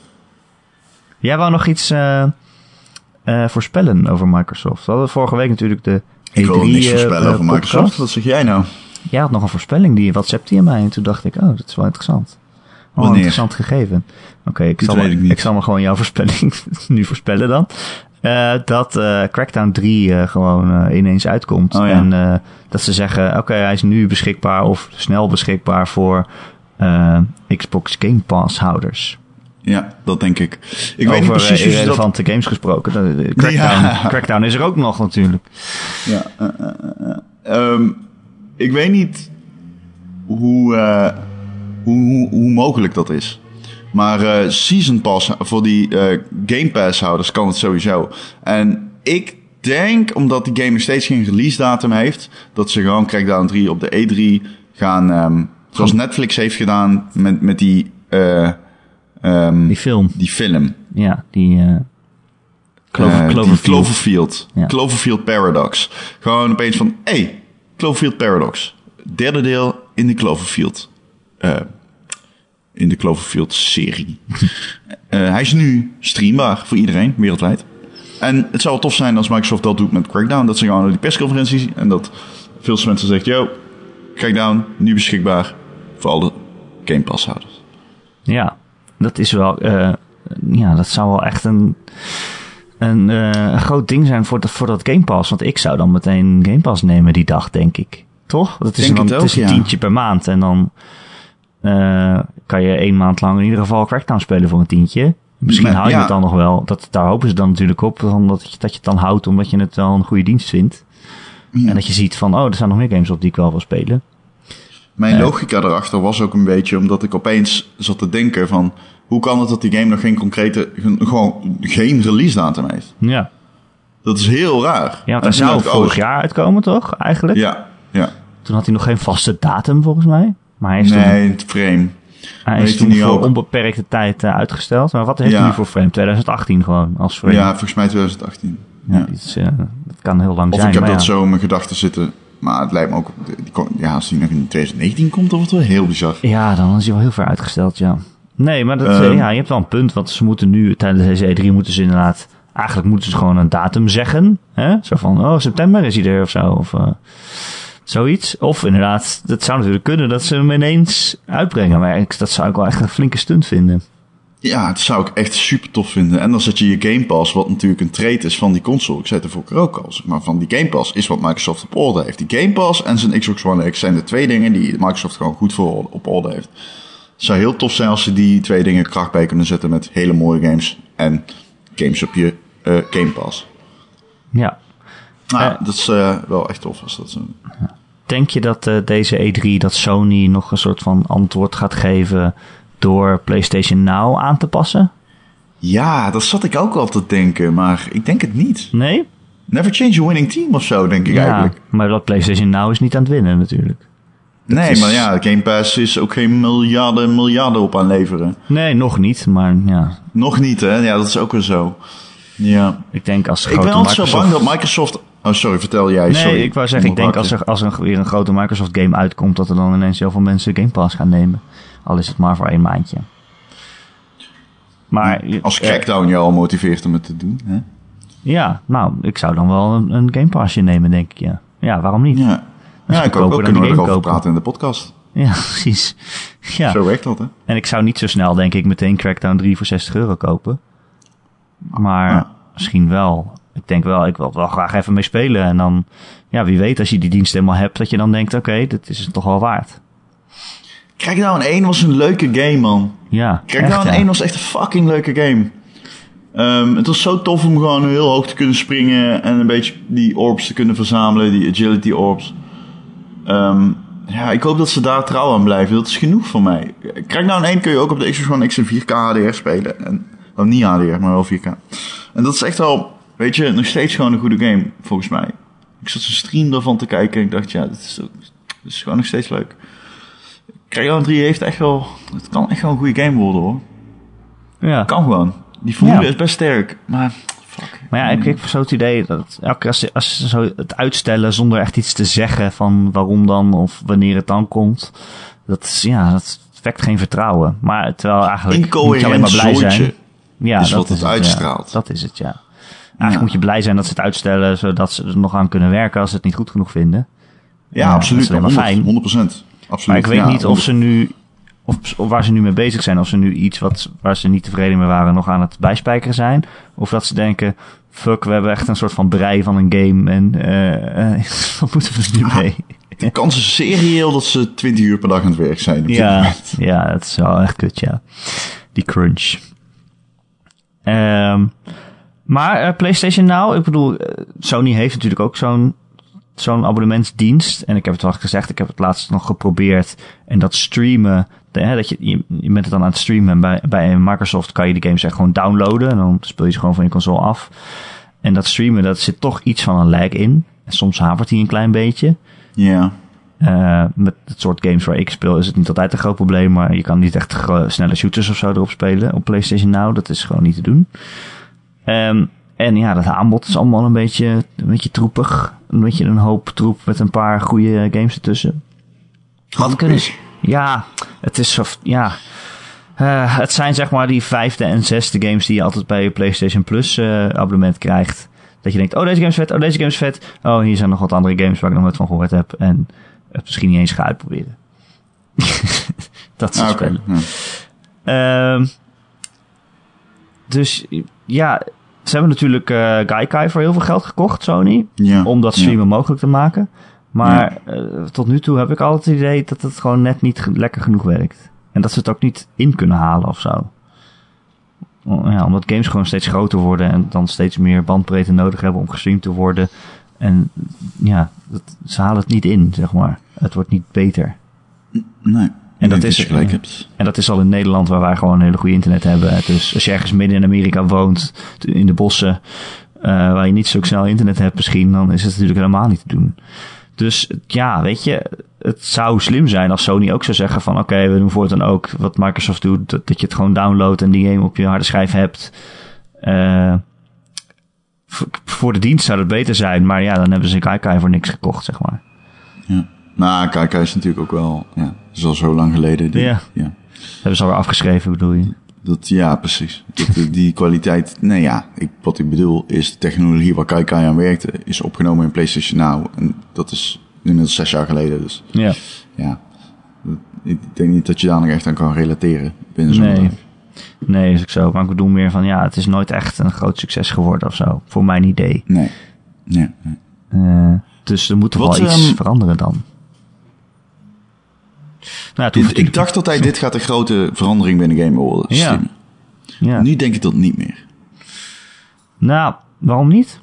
Jij wou nog iets uh, uh, voorspellen over Microsoft. We hadden vorige week natuurlijk de E drie. Ik wil niks voorspellen uh, over podcast. Microsoft. Wat zeg jij nou? Jij had nog een voorspelling, die WhatsAppte je mij. En toen dacht ik, oh, dat is wel interessant. Oh, een interessant gegeven. Oké, okay, ik, zal ik, ik zal maar gewoon jouw voorspelling nu voorspellen dan. Uh, dat uh, Crackdown drie uh, gewoon uh, ineens uitkomt. Oh, ja. En uh, dat ze zeggen, oké, okay, hij is nu beschikbaar of snel beschikbaar voor uh, Xbox Game Pass houders. Ja, dat denk ik. Ik Over weet niet precies uh, irrelevante dat... games gesproken. Crackdown, ja. Crackdown is er ook nog natuurlijk. Ja, uh, uh, uh, um, ik weet niet hoe, uh, hoe, hoe, hoe mogelijk dat is. Maar uh, Season Pass voor die uh, Game Pass houders kan het sowieso. En ik denk, omdat die game nog steeds geen release datum heeft, dat ze gewoon Crackdown drie op de E drie gaan, um, zoals Netflix heeft gedaan met, met die, uh, um, die film. Die film. Ja, die, uh, Clover, uh, Cloverfield. Die Cloverfield. Ja. Cloverfield Paradox. Gewoon opeens van, hey, Cloverfield Paradox. Derde deel in de Cloverfield. Uh, In de Cloverfield-serie. uh, hij is nu streambaar voor iedereen, wereldwijd. En het zou wel tof zijn als Microsoft dat doet met Crackdown. Dat ze gewoon naar die persconferenties en dat veel mensen zeggen, yo, Crackdown, nu beschikbaar voor alle Game Pass houders. Ja, dat is wel... Uh, ja, dat zou wel echt een... een, uh, een groot ding zijn voor, de, voor dat Game Pass. Want ik zou dan meteen Game Pass nemen die dag, denk ik. Toch? Dat is, denk dan, het ook, het is een ja. tientje per maand. En dan uh, kan je één maand lang in ieder geval Crackdown spelen voor een tientje. Misschien Maar, hou je ja. het dan nog wel. Dat, daar hopen ze dan natuurlijk op. Dat je, dat je het dan houdt omdat je het wel een goede dienst vindt. Ja. En dat je ziet van, oh, er staan nog meer games op die ik wel wil spelen. Mijn Ja. logica erachter was ook een beetje omdat ik opeens zat te denken van... Hoe kan het dat die game nog geen concrete... Gewoon geen release datum heeft? Ja, Dat is heel raar. ja want En hij toen zou dacht ik, vorig oh, jaar uitkomen, toch? Eigenlijk. Ja, ja. Toen had hij nog geen vaste datum, volgens mij. Maar hij is toen, Nee, het frame. hij weet is je toen niet voor ook. onbeperkte tijd uh, uitgesteld. Maar wat heeft Ja. hij nu voor frame? twintig achttien gewoon, als frame. Ja, volgens mij twintig achttien. Ja, Ja. die is, uh, dat kan heel lang Of zijn. ik heb maar dat ja. zo in mijn gedachten zitten. Maar het lijkt me ook... Die, kom- ja, als die nog in twintig negentien komt, dan wordt het wel heel bizar. Ja, dan is hij wel heel ver uitgesteld, ja. Nee, maar dat, Um, uh, ja, je hebt wel een punt. Want ze moeten nu, tijdens deze E drie moeten ze inderdaad... Eigenlijk moeten ze gewoon een datum zeggen. Hè? Zo van, oh, september is hij er of zo. Of uh, zoiets. Of inderdaad, dat zou natuurlijk kunnen dat ze hem ineens uitbrengen. Maar ik, dat zou ik wel echt een flinke stunt vinden. Ja, dat zou ik echt super tof vinden. En dan zet je je Game Pass, wat natuurlijk een trade is van die console. Ik zei het er vorige keer ook al. zeg Maar van die Game Pass is wat Microsoft op orde heeft. Die Game Pass en zijn Xbox One X zijn de twee dingen die Microsoft gewoon goed voor op orde heeft. Het zou heel tof zijn als ze die twee dingen kracht bij kunnen zetten met hele mooie games en games op je uh, Game Pass. Ja. Nou, Uh, dat is uh, wel echt tof als dat zo. Denk je dat uh, deze E drie, dat Sony nog een soort van antwoord gaat geven door PlayStation Now aan te passen? Ja, dat zat ik ook al te denken, maar ik denk het niet. Nee? Never change a winning team of zo, denk ik Ja, eigenlijk. maar dat PlayStation Now is niet aan het winnen natuurlijk. Nee, is- maar ja, Game Pass is ook geen miljarden, miljarden op aan leveren. Nee, nog niet, maar ja. Nog niet, hè? Ja, dat is ook weer zo. Ja. Ik denk als Ik grote ben altijd zo Microsoft... bang dat Microsoft... Oh, sorry, vertel jij. Nee, sorry. ik wou zeggen, ik denk als er, als er weer een grote Microsoft game uitkomt, dat er dan ineens heel veel mensen Game Pass gaan nemen. Al is het maar voor één maandje. Maar... Als eh, Crackdown jou al motiveert om het te doen, hè? Ja, nou, ik zou dan wel een, een Game Passje nemen, denk ik, ja. Ja, waarom niet? Ja, Ja. Ja, ik ook, goedkoper ook dan kunnen we die game erover kopen. praten in de podcast. precies. Ja. Zo werkt dat, hè? En ik zou niet zo snel, denk ik, meteen Crackdown drie voor zestig euro kopen. Maar Ja. misschien wel. Ik denk wel, ik wil er wel graag even mee spelen. En dan, ja, wie weet, als je die dienst helemaal hebt, dat je dan denkt, oké, okay, dit is het toch wel waard. Crackdown één was een leuke game, man. Ja, Crackdown echt, ja. één was echt een fucking leuke game. Um, het was zo tof om gewoon heel hoog te kunnen springen en een beetje die orbs te kunnen verzamelen, die agility orbs. Um, ja, ik hoop dat ze daar trouw aan blijven. Dat is genoeg voor mij. Crackdown één kun je ook op de Xbox One X in vier K H D R spelen. En, oh, niet H D R, maar wel vier K. En dat is echt wel, weet je, nog steeds gewoon een goede game, volgens mij. Ik zat zo'n stream daarvan te kijken en ik dacht, ja, dit is, dit is gewoon nog steeds leuk. Crackdown drie heeft echt wel, het kan echt wel een goede game worden, hoor. Ja. Kan gewoon. Die formule Ja. is best sterk, maar fuck. Maar ja, ik heb zo het idee dat elke keer als ze, als ze zo het uitstellen zonder echt iets te zeggen van waarom dan of wanneer het dan komt, dat is, ja, dat wekt geen vertrouwen. Maar terwijl eigenlijk moet je alleen maar blij zijn. Zooitje. Ja, is dat wat het ja. uitstraalt. Dat is het, ja. Eigenlijk Ja. moet je blij zijn dat ze het uitstellen, zodat ze er nog aan kunnen werken als ze het niet goed genoeg vinden. Ja, Ja, absoluut. dat is alleen maar fijn. honderd procent. Absoluut. Maar ik weet ja, niet of ze nu, of, of waar ze nu mee bezig zijn, of ze nu iets wat, waar ze niet tevreden mee waren nog aan het bijspijkeren zijn. Of dat ze denken, fuck, we hebben echt een soort van brei van een game en uh, uh, wat moeten we er nu mee? De kans is serieel dat ze twintig uur per dag aan het werk zijn. op dit Ja, moment. ja, dat is wel echt kut, ja. Die crunch. Um, maar uh, PlayStation Now, ik bedoel, uh, Sony heeft natuurlijk ook zo'n zo'n abonnementsdienst. En ik heb het wel gezegd, ik heb het laatst nog geprobeerd. En dat streamen, de, hè, dat je, je, je bent het dan aan het streamen. En bij, bij Microsoft kan je de games echt gewoon downloaden. En dan speel je ze gewoon van je console af. En dat streamen, dat zit toch iets van een lag in. En soms havert hij een klein beetje. Ja. Uh, met het soort games waar ik speel is het niet altijd een groot probleem. Maar je kan niet echt gro- snelle shooters of zo erop spelen op PlayStation Now. Dat is gewoon niet te doen. Um, en ja, dat aanbod is allemaal een beetje, een beetje troepig. Een beetje een hoop troep met een paar goede games ertussen. Wat kunnen ze? Ja, het is zo, ja. Uh, het zijn zeg maar die vijfde en zesde games die je altijd bij je PlayStation Plus uh, abonnement krijgt. Dat je denkt, oh deze game is vet, oh deze game is vet. Oh, hier zijn nog wat andere games waar ik nog nooit van gehoord heb. En het misschien niet eens ga uitproberen. Dat soort Ah, okay. spelen. Ja. Um, dus ja, ze hebben natuurlijk uh, Gaikai voor heel veel geld gekocht, Sony. Ja, om dat streamen ja. mogelijk te maken. Maar ja. uh, tot nu toe heb ik altijd het idee dat het gewoon net niet ge- lekker genoeg werkt. En dat ze het ook niet in kunnen halen of zo. Ja, omdat games gewoon steeds groter worden en dan steeds meer bandbreedte nodig hebben om gestreamd te worden. En ja, dat, ze halen het niet in, zeg maar. Het wordt niet beter. Nee. En dat, is, gelijk hebt. en dat is al in Nederland, waar wij gewoon een hele goede internet hebben. Dus als je ergens midden in Amerika woont, in de bossen, uh, waar je niet zo snel internet hebt misschien, dan is het natuurlijk helemaal niet te doen. Dus ja, weet je, het zou slim zijn als Sony ook zou zeggen van oké, okay, we doen voortaan ook wat Microsoft doet, dat, dat je het gewoon downloadt en die game op je harde schijf hebt. Uh, v- voor de dienst zou het beter zijn, maar ja, dan hebben ze Gaikai voor niks gekocht, zeg maar. Ja. Nou, Gaikai is natuurlijk ook wel, ja, dat is al zo lang geleden. Die, ja. ja. Hebben ze alweer afgeschreven, bedoel je? Dat, ja, precies. Dat, die kwaliteit, nee ja, ik, wat ik bedoel is de technologie waar Gaikai aan werkte, is opgenomen in PlayStation Now. En dat is inmiddels zes jaar geleden, dus ja. ja. Ik denk niet dat je daar nog echt aan kan relateren binnen zo'n nee. bedrijf. Nee, is ook zo. Maar ik bedoel meer van, ja, het is nooit echt een groot succes geworden of zo. Voor mijn idee. Nee. Ja, nee. Uh, dus er moet toch Wat, wel iets um, veranderen dan. Nou, ik, ik dacht altijd, dit gaat een grote verandering binnen Game Awards. Ja. ja. Nu denk ik dat niet meer. Nou, waarom niet?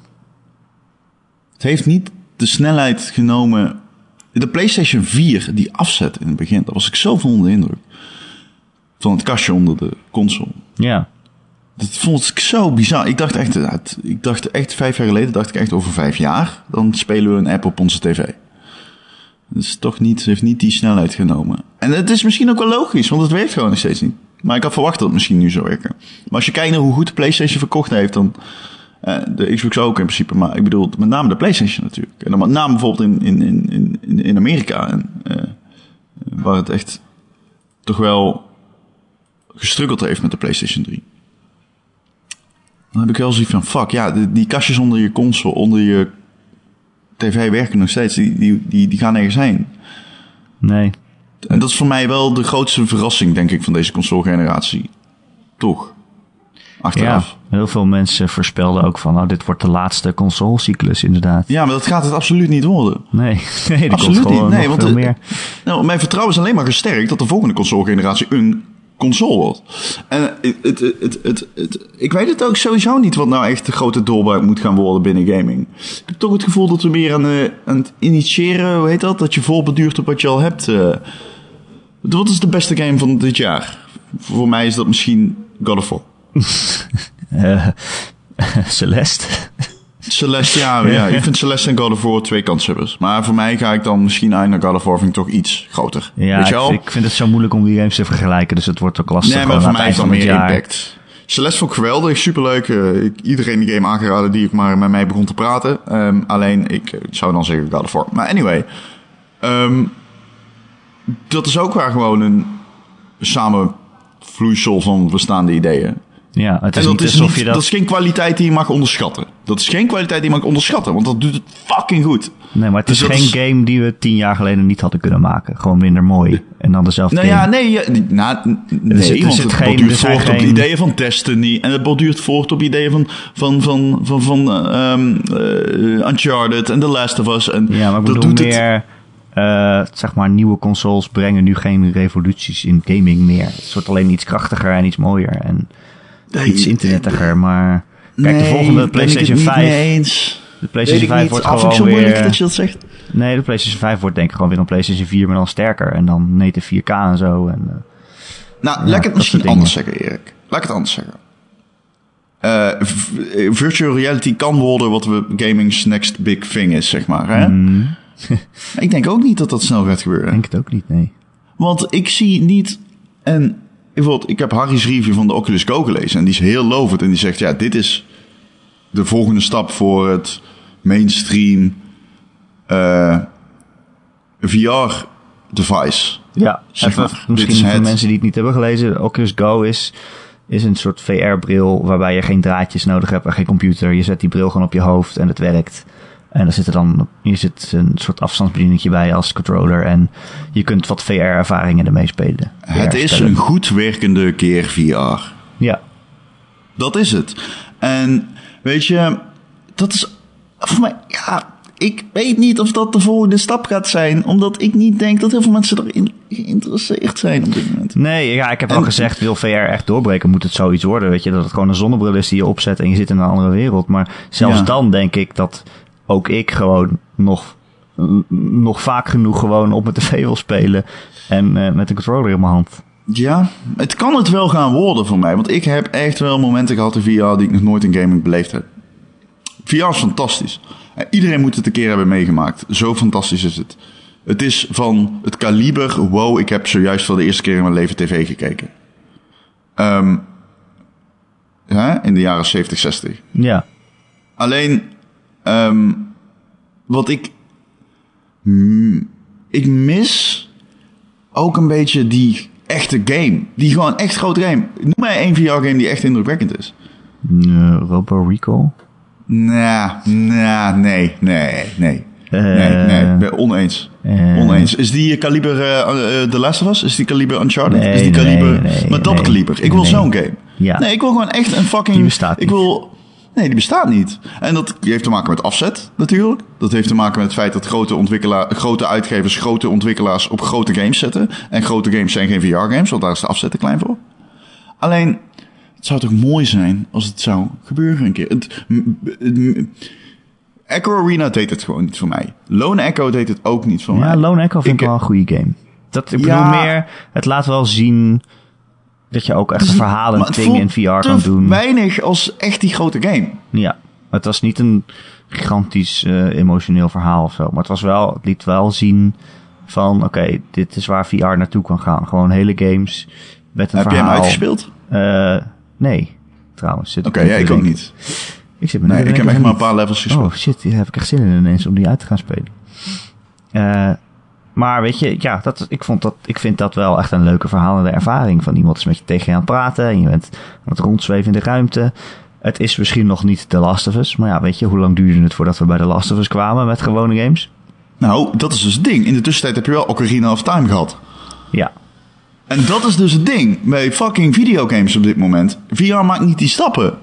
Het heeft niet de snelheid genomen. De PlayStation vier die afzet in het begin, daar was ik zo van onder de indruk. Van het kastje onder de console. Ja. Dat vond ik zo bizar. Ik dacht echt, ik dacht echt vijf jaar geleden, dacht ik echt over vijf jaar, dan spelen we een app op onze tv. Het is toch niet, heeft niet die snelheid genomen. En het is misschien ook wel logisch, want het werkt gewoon nog steeds niet. Maar ik had verwacht dat het misschien nu zou werken. Maar als je kijkt naar hoe goed de PlayStation verkocht heeft, dan uh, de Xbox ook in principe. Maar ik bedoel met name de PlayStation natuurlijk. En dan met name bijvoorbeeld in, in, in, in, in Amerika. En, uh, waar het echt toch wel gestruggeld heeft met de PlayStation drie. Dan heb ik wel zoiets van, fuck, ja, die, die kastjes onder je console, onder je tv werken nog steeds. Die, die, die, die gaan nergens heen. Nee. En dat is voor mij wel de grootste verrassing, denk ik, van deze console-generatie. Toch? Achteraf. Ja, heel veel mensen voorspelden ook van, nou, dit wordt de laatste consolecyclus, inderdaad. Ja, maar dat gaat het absoluut niet worden. Nee, nee dat absoluut komt gewoon niet. Nee, nog want veel de, meer. Nou, mijn vertrouwen is alleen maar gesterkt dat de volgende console-generatie een console wordt. En het, het, het, het, het, het, ik weet het ook sowieso niet wat nou echt de grote doorbraak moet gaan worden binnen gaming. Ik heb toch het gevoel dat we meer aan, uh, aan het initiëren, hoe heet dat? Dat je voorbeduurt op wat je al hebt. Uh, wat is de beste game van dit jaar? Voor mij is dat misschien God of War. uh, Celeste. Celeste, ja, ja. Ik vind Celeste en God of War twee kanshebbers. Maar voor mij ga ik dan misschien uit naar God of War, vind ik toch iets groter. Ja, weet je wel? Ik, ik vind het zo moeilijk om die games te vergelijken, dus het wordt ook lastig. Nee, maar voor mij is dat meer jaar. impact. Celeste vond ik geweldig, superleuk. Uh, ik, iedereen die game aangeraden die ik maar met mij begon te praten. Um, alleen, ik, ik zou dan zeggen God of War. Maar anyway. Um, dat is ook waar gewoon een samenvloeisel van bestaande ideeën. Ja, het is en dat niet is, alsof niet, je dat... dat is geen kwaliteit die je mag onderschatten. Dat is geen kwaliteit die je mag onderschatten, want dat doet het fucking goed. Nee, maar het dus is geen is... game die we tien jaar geleden niet hadden kunnen maken. Gewoon minder mooi. En dan dezelfde nou game. Ja, nee, ja, nou, nee, dus het, want het, het geen, borduurt voort geen... op ideeën van Destiny. En het borduurt voort op ideeën van, van, van, van, van um, uh, Uncharted en The Last of Us. En ja, maar ik dat bedoel doet meer... Het... Uh, zeg maar, nieuwe consoles brengen nu geen revoluties in gaming meer. Het wordt alleen iets krachtiger en iets mooier. En nee, iets internetiger. Nee, maar kijk, nee, de volgende PlayStation ben ik het vijf... niet mee eens. De PlayStation vijf wordt Af, gewoon zo weer... moeilijk dat je dat zegt. Nee, de PlayStation vijf wordt denk ik gewoon weer een PlayStation vier, maar dan sterker. En dan native vier K en zo. En, uh, nou, ja, laat ik het misschien anders zeggen, Erik. Laat ik het anders zeggen. Uh, v- virtual reality kan worden wat we gaming's next big thing is, zeg maar. Hè? Mm. Ik denk ook niet dat dat snel gaat gebeuren. Ik denk het ook niet, nee. Want ik zie niet... En bijvoorbeeld, ik heb Harry's review van de Oculus Go gelezen. En die is heel lovend. En die zegt, ja, dit is de volgende stap voor het mainstream uh, V R-device. Ja, zeg maar. Even, misschien voor het... mensen die het niet hebben gelezen. De Oculus Go is, is een soort V R-bril waarbij je geen draadjes nodig hebt en geen computer. Je zet die bril gewoon op je hoofd en het werkt. En er zit er dan hier zit een soort afstandsbedieningje bij als controller. En je kunt wat V R-ervaringen ermee spelen. Het is een goed werkende keer V R. Ja. Dat is het. En Weet je, dat is voor mij... Ja, ik weet niet of dat de volgende stap gaat zijn. Omdat ik niet denk dat heel veel mensen erin geïnteresseerd zijn op dit moment. Nee, ja, ik heb en, al gezegd, wil V R echt doorbreken, moet het zoiets worden. Weet je, dat het gewoon een zonnebril is die je opzet en je zit in een andere wereld. Maar zelfs ja. dan denk ik dat ook ik gewoon nog, nog vaak genoeg gewoon op mijn tv wil spelen. En uh, met een controller in mijn hand. Ja, het kan het wel gaan worden voor mij. Want ik heb echt wel momenten gehad in V R die ik nog nooit in gaming beleefd heb. V R is fantastisch. Iedereen moet het een keer hebben meegemaakt. Zo fantastisch is het. Het is van het kaliber... Wow, ik heb zojuist voor de eerste keer in mijn leven tv gekeken. Um, hè? In de jaren zeventig, zestig. Ja. Alleen... Um, wat ik... Mm, ik mis... ook een beetje die echte game. Die gewoon echt grote game. Noem mij één V R-game die echt indrukwekkend is. Uh, Robo Recall? Nou, nah, nee, nee, nee. Uh, nee, nee, ben oneens. Uh, oneens. Is die kaliber uh, uh, The Last of Us? Is die kaliber Uncharted? Nee, is die kaliber... Nee, nee, maar dat nee, kaliber. Ik wil nee. zo'n game. Ja. Nee, ik wil gewoon echt een fucking... Die bestaat niet. Ik wil... Nee, die bestaat niet. En dat heeft te maken met afzet, natuurlijk. Dat heeft te maken met het feit dat grote, ontwikkelaar, grote uitgevers, grote ontwikkelaars op grote games zetten. En grote games zijn geen V R-games, want daar is de afzet te klein voor. Alleen... Het zou toch mooi zijn als het zou gebeuren een keer. Het, het, het, Echo Arena deed het gewoon niet voor mij. Lone Echo deed het ook niet voor ja, mij. Ja, Lone Echo vind ik, ik wel een goede game. Dat, ik bedoel ja, meer, het laat wel zien dat je ook echt een verhalend ding in V R kan doen. Weinig als echt die grote game. Ja, het was niet een gigantisch uh, emotioneel verhaal of zo. Maar het was wel, het liet wel zien van, oké, okay, dit is waar V R naartoe kan gaan. Gewoon hele games met een Heb verhaal. Heb je hem uitgespeeld? Uh, nee, trouwens. Oké, okay, ja, ik ook niet. Ik, zit me nee, ik heb echt maar een paar levels gespeeld. Oh shit, hier heb ik echt zin in ineens om die uit te gaan spelen. Uh, maar weet je, ja, dat, ik, vond dat, ik vind dat wel echt een leuke verhalende ervaring. Van iemand is met je tegen je aan het praten en je bent aan het rondzweven in de ruimte. Het is misschien nog niet The Last of Us. Maar ja, weet je, hoe lang duurde het voordat we bij The Last of Us kwamen met gewone games? Nou, dat is dus het ding. In de tussentijd heb je wel Ocarina of Time gehad. Ja. En dat is dus het ding bij fucking videogames op dit moment. V R maakt niet die stappen.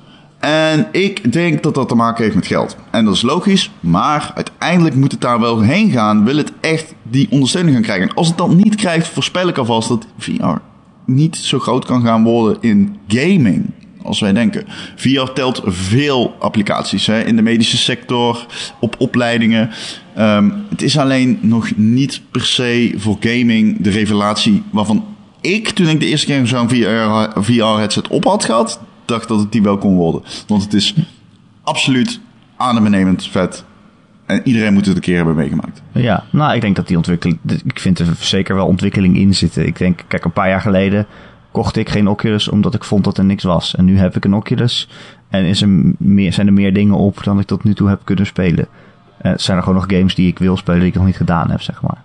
En ik denk dat dat te maken heeft met geld. En dat is logisch, maar uiteindelijk moet het daar wel heen gaan. Wil het echt die ondersteuning gaan krijgen. En als het dat niet krijgt, voorspel ik alvast dat V R niet zo groot kan gaan worden in gaming als wij denken. V R telt veel applicaties, hè, in de medische sector, op opleidingen. Um, het is alleen nog niet per se voor gaming de revelatie waarvan ik, toen ik de eerste keer zo'n V R-headset op had gehad, dacht dat het die wel kon worden. Want het is absoluut adembenemend vet. En iedereen moet het een keer hebben meegemaakt. Ja, nou, ik denk dat die ontwikkeling... Ik vind er zeker wel ontwikkeling in zitten. Ik denk, kijk, een paar jaar geleden kocht ik geen Oculus omdat ik vond dat er niks was. En nu heb ik een Oculus en is er meer, zijn er meer dingen op dan ik tot nu toe heb kunnen spelen. Uh, zijn er gewoon nog games die ik wil spelen die ik nog niet gedaan heb, zeg maar.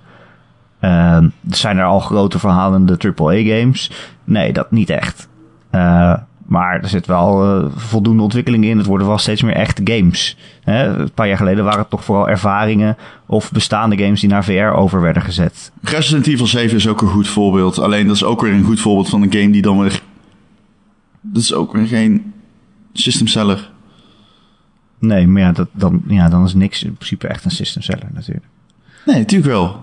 Uh, zijn er al grote verhalende triple A games? Nee, dat niet echt. Uh, maar er zit wel uh, voldoende ontwikkeling in. Het worden wel steeds meer echte games. Hè? Een paar jaar geleden waren het toch vooral ervaringen of bestaande games die naar V R over werden gezet. Resident Evil zeven is ook een goed voorbeeld. Alleen dat is ook weer een goed voorbeeld van een game die dan weer... Dat is ook weer geen system seller. Nee, maar ja, dat, dan, ja, dan is niks in principe echt een system seller natuurlijk. Nee, natuurlijk wel.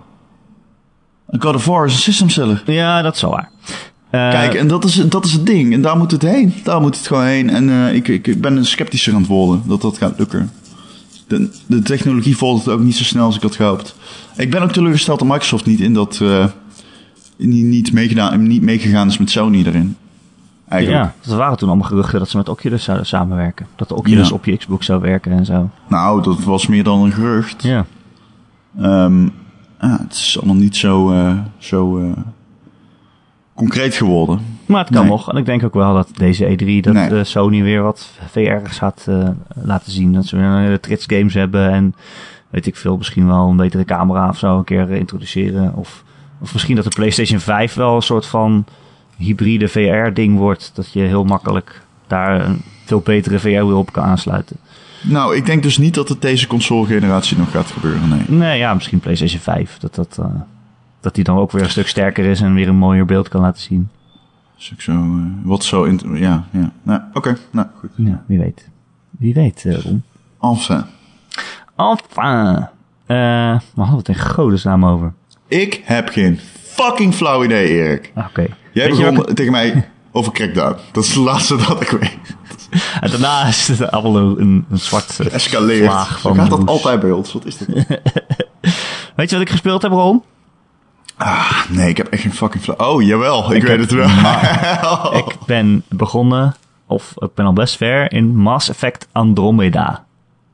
God of War is een system seller. Ja, dat is wel waar. Uh, Kijk, en dat is, dat is het ding. En daar moet het heen. Daar moet het gewoon heen. En uh, ik, ik ben een sceptischer aan het worden dat dat gaat lukken. De, de technologie volgt het ook niet zo snel als ik had gehoopt. Ik ben ook teleurgesteld dat Microsoft niet in dat... Uh, niet, meegedaan, niet meegegaan is met Sony erin. Eigenlijk. Ja, er waren toen allemaal geruchten dat ze met Oculus zouden samenwerken. Dat de Oculus ja. op je Xbox zou werken en zo. Nou, dat was meer dan een gerucht. Ja. Um, ah, het is allemaal niet zo... Uh, zo uh, concreet geworden. Maar het kan nee. nog. En ik denk ook wel dat deze E drie... dat nee. Sony weer wat V R's gaat uh, laten zien. Dat ze weer een trits games hebben. En weet ik veel, misschien wel een betere camera of zo een keer introduceren. Of, of misschien dat de PlayStation vijf wel een soort van hybride V R-ding wordt. Dat je heel makkelijk daar een veel betere V R-bril op kan aansluiten. Nou, ik denk dus niet dat het deze console-generatie nog gaat gebeuren, nee. Nee, ja, misschien PlayStation vijf. Dat dat... Uh, Dat die dan ook weer een stuk sterker is en weer een mooier beeld kan laten zien. Dus ik zo, uh, wat zo... In, ja, ja. Nou, oké. Okay. Nou, goed. Ja, wie weet. Wie weet, uh, Ron. Enfin. Enfin. Uh, waar hadden we het in godesnaam over? Ik heb geen fucking flauw idee, Erik. Oké. Okay. Jij begon welke... tegen mij over Crackdown. Dat is het laatste dat ik weet. En daarna is het allemaal een, een zwart escaleert. Zo gaat dat altijd bij ons. Wat is dit? Weet je wat ik gespeeld heb, Ron? Ah, nee, ik heb echt geen fucking flauw. Oh, jawel. Ik, ik weet het wel. Ma- ik ben begonnen, of ik ben al best ver, in Mass Effect Andromeda.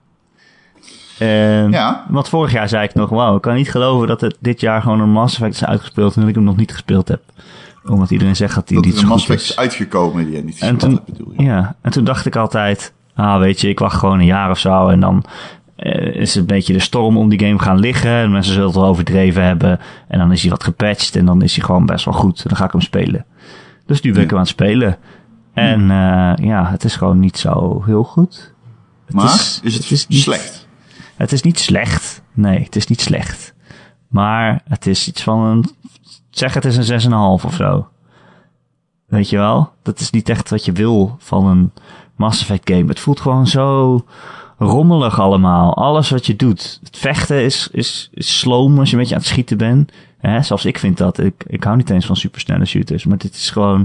Uh, ja. Want vorig jaar zei ik nog, wauw, ik kan niet geloven dat het dit jaar gewoon een Mass Effect is uitgespeeld en dat ik hem nog niet gespeeld heb. Omdat iedereen zegt dat hij dat niet zo goed is. Dat een Mass Effect is uitgekomen die je niet gespeeld hebt, bedoel je? Ja, en toen dacht ik altijd, ah weet je, ik wacht gewoon een jaar of zo en dan uh, is een beetje de storm om die game gaan liggen en mensen zullen het wel overdreven hebben en dan is hij wat gepatcht en dan is hij gewoon best wel goed en dan ga ik hem spelen. Dus nu ben ik ja. hem aan het spelen. En uh, ja, het is gewoon niet zo heel goed. Het maar is, is het, het is niet, slecht? Het is niet slecht. Nee, het is niet slecht. Maar het is iets van een... Zeg het is een zes komma vijf of zo. Weet je wel? Dat is niet echt wat je wil van een Mass Effect game. Het voelt gewoon zo rommelig allemaal. Alles wat je doet. Het vechten is, is, is sloom als je een beetje aan het schieten bent. Hè, zelfs ik vind dat. Ik, ik hou niet eens van supersnelle shooters. Maar dit is gewoon...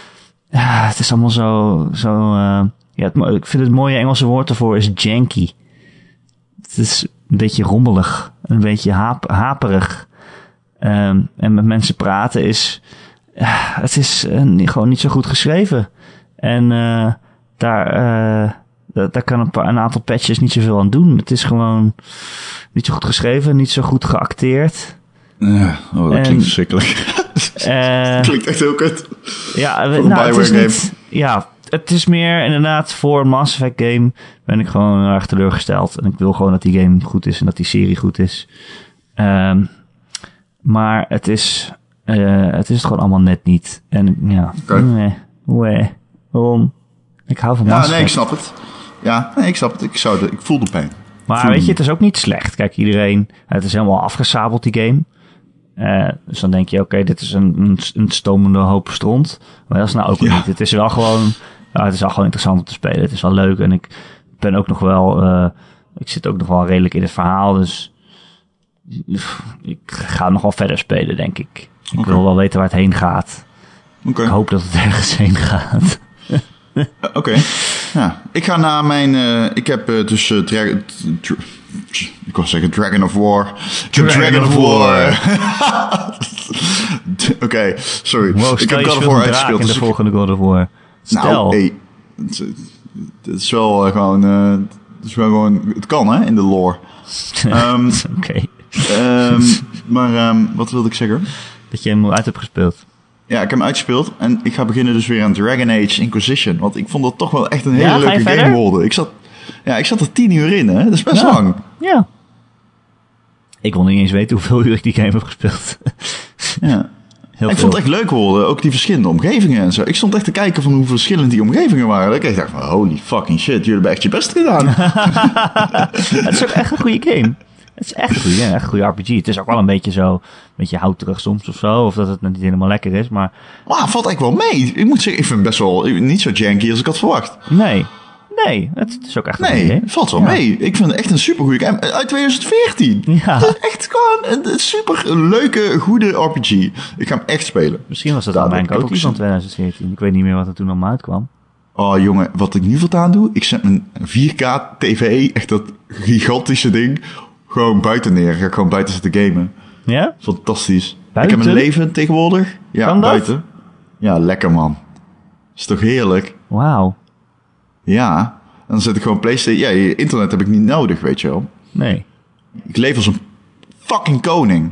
Ja, het is allemaal zo... zo uh, ja, het, ik vind het mooie Engelse woord ervoor is janky. Het is een beetje rommelig. Een beetje hap, haperig. Um, en met mensen praten is... Uh, het is uh, gewoon niet zo goed geschreven. En uh, daar, uh, daar, daar kan een, paar, een aantal patches niet zoveel aan doen. Het is gewoon niet zo goed geschreven. Niet zo goed geacteerd. Ja, oh, dat en, klinkt verschrikkelijk. Uh, dat klinkt echt heel kut. Ja, nou, het is niet, ja, het is meer inderdaad voor een Mass Effect game ben ik gewoon erg teleurgesteld. En ik wil gewoon dat die game goed is en dat die serie goed is. Um, maar het is, uh, het is het gewoon allemaal net niet. En ja, okay. nee, nee, waarom? Ik hou van ja, Mass Effect. Ja, nee, ik snap het. Ja, nee, ik snap het. Ik, zou de, ik voel de pijn. Maar voel weet je, het is ook niet slecht. Kijk, iedereen, het is helemaal afgesabeld die game. Uh, dus dan denk je, oké, okay, dit is een, een, een stomende hoop stront. Maar dat is nou ook ja. niet. Het is wel gewoon, ja, het is wel gewoon interessant om te spelen. Het is wel leuk en ik ben ook nog wel, uh, ik zit ook nog wel redelijk in het verhaal. Dus ik ga nog wel verder spelen, denk ik. Ik okay. wil wel weten waar het heen gaat. Okay. Ik hoop dat het ergens heen gaat. uh, Oké. Okay. Ja, ik ga naar mijn, uh, ik heb uh, dus uh, Dragon... Dra- Ik wil zeggen Dragon of War. Dragon, Dragon of War. Oké, okay, sorry. Wow, ik heb God of War uitgespeeld. In de volgende God of War. Stel. Nou, hey, het, het is wel uh, gewoon, uh, het is wel gewoon, het kan hè, in de lore. Um, Oké. Okay. Um, maar um, wat wilde ik zeggen? Dat je hem uit hebt gespeeld. Ja, ik heb hem uitgespeeld en ik ga beginnen dus weer aan Dragon Age Inquisition. Want ik vond dat toch wel echt een hele ja, leuke game verder? worden. Ik zat, ja, ik zat er tien uur in, hè. Dat is best ja. lang. Ja. Ik wil niet eens weten hoeveel uur ik die game heb gespeeld. Ja. Heel ik veel. vond het echt leuk worden, ook die verschillende omgevingen en zo. Ik stond echt te kijken van hoe verschillend die omgevingen waren. Ik dacht van, holy fucking shit, jullie hebben echt je best gedaan. Het is ook echt een goede game. Het is echt een goede game, echt een goede R P G. Het is ook wel een beetje zo, een beetje houterig soms of zo. Of dat het niet helemaal lekker is, maar... Maar het valt echt wel mee. Ik moet zeggen, ik vind het best wel niet zo janky als ik had verwacht. Nee, nee, het is ook echt een nee, goede game. Het valt wel ja. mee. Ik vind het echt een super goede game. Uit twintig veertien. Ja. Het is echt gewoon een, een super leuke, goede R P G. Ik ga hem echt spelen. Misschien was dat al mijn go-to van twintig veertien. Ik weet niet meer wat er toen allemaal uitkwam. Oh jongen, wat ik nu voortaan doe, ik zet mijn vier K tv, echt dat gigantische ding, gewoon buiten neer. Ga ik gewoon buiten zitten gamen. Ja? Fantastisch. Buiten? Ik heb een leven tegenwoordig. Ja, kan dat? buiten. Ja, lekker man. Is toch heerlijk? Wauw. Ja, dan zet ik gewoon PlayStation. Ja, internet heb ik niet nodig, weet je wel. Nee. Ik leef als een fucking koning.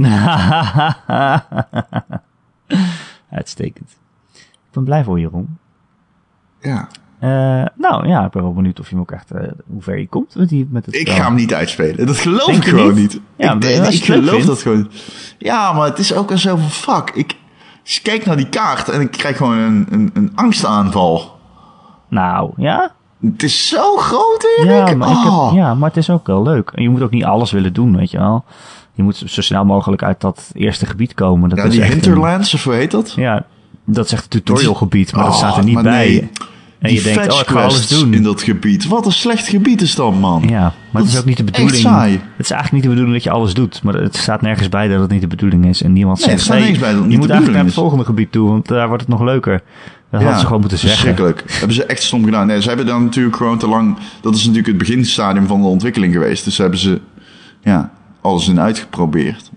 Uitstekend. Ik ben blij voor je, Ron. Ja. Uh, nou ja, ik ben wel benieuwd of je hem ook echt, uh, hoe ver je komt met, die, met het Ik spel. ga hem niet uitspelen. Dat geloof Denk ik gewoon niet. niet. Ja, ik ik, ik geloof dat gewoon. Ja, maar het is ook al zo van fuck. Ik kijk naar die kaart en ik krijg gewoon een, een, een angstaanval. Nou, ja? Het is zo groot, Erik. Ja, maar, oh. ik heb, ja, maar het is ook wel leuk. En je moet ook niet alles willen doen, weet je wel. Je moet zo snel mogelijk uit dat eerste gebied komen. Dat ja, is die echt Hinterlands, een, of hoe heet dat? Ja, dat is echt een tutorialgebied, maar oh, dat staat er niet bij. Nee. En die je denkt, oh, ik ga alles doen. in dat gebied. Wat een slecht gebied is dat, man. Ja, maar dat het is ook niet de bedoeling. Echt saai. Het is eigenlijk niet de bedoeling dat je alles doet. Maar het staat nergens bij dat het niet de bedoeling is. En niemand nee, zegt, het staat nergens bij dat het je niet moet de eigenlijk naar bedoeling het volgende gebied toe. Want daar wordt het nog leuker. Dat hadden ze gewoon moeten zeggen. Verschrikkelijk. Hebben ze echt stom gedaan. Nee, ze hebben dan natuurlijk gewoon te lang... Dat is natuurlijk het beginstadium van de ontwikkeling geweest. Dus hebben ze ja, alles in uitgeprobeerd.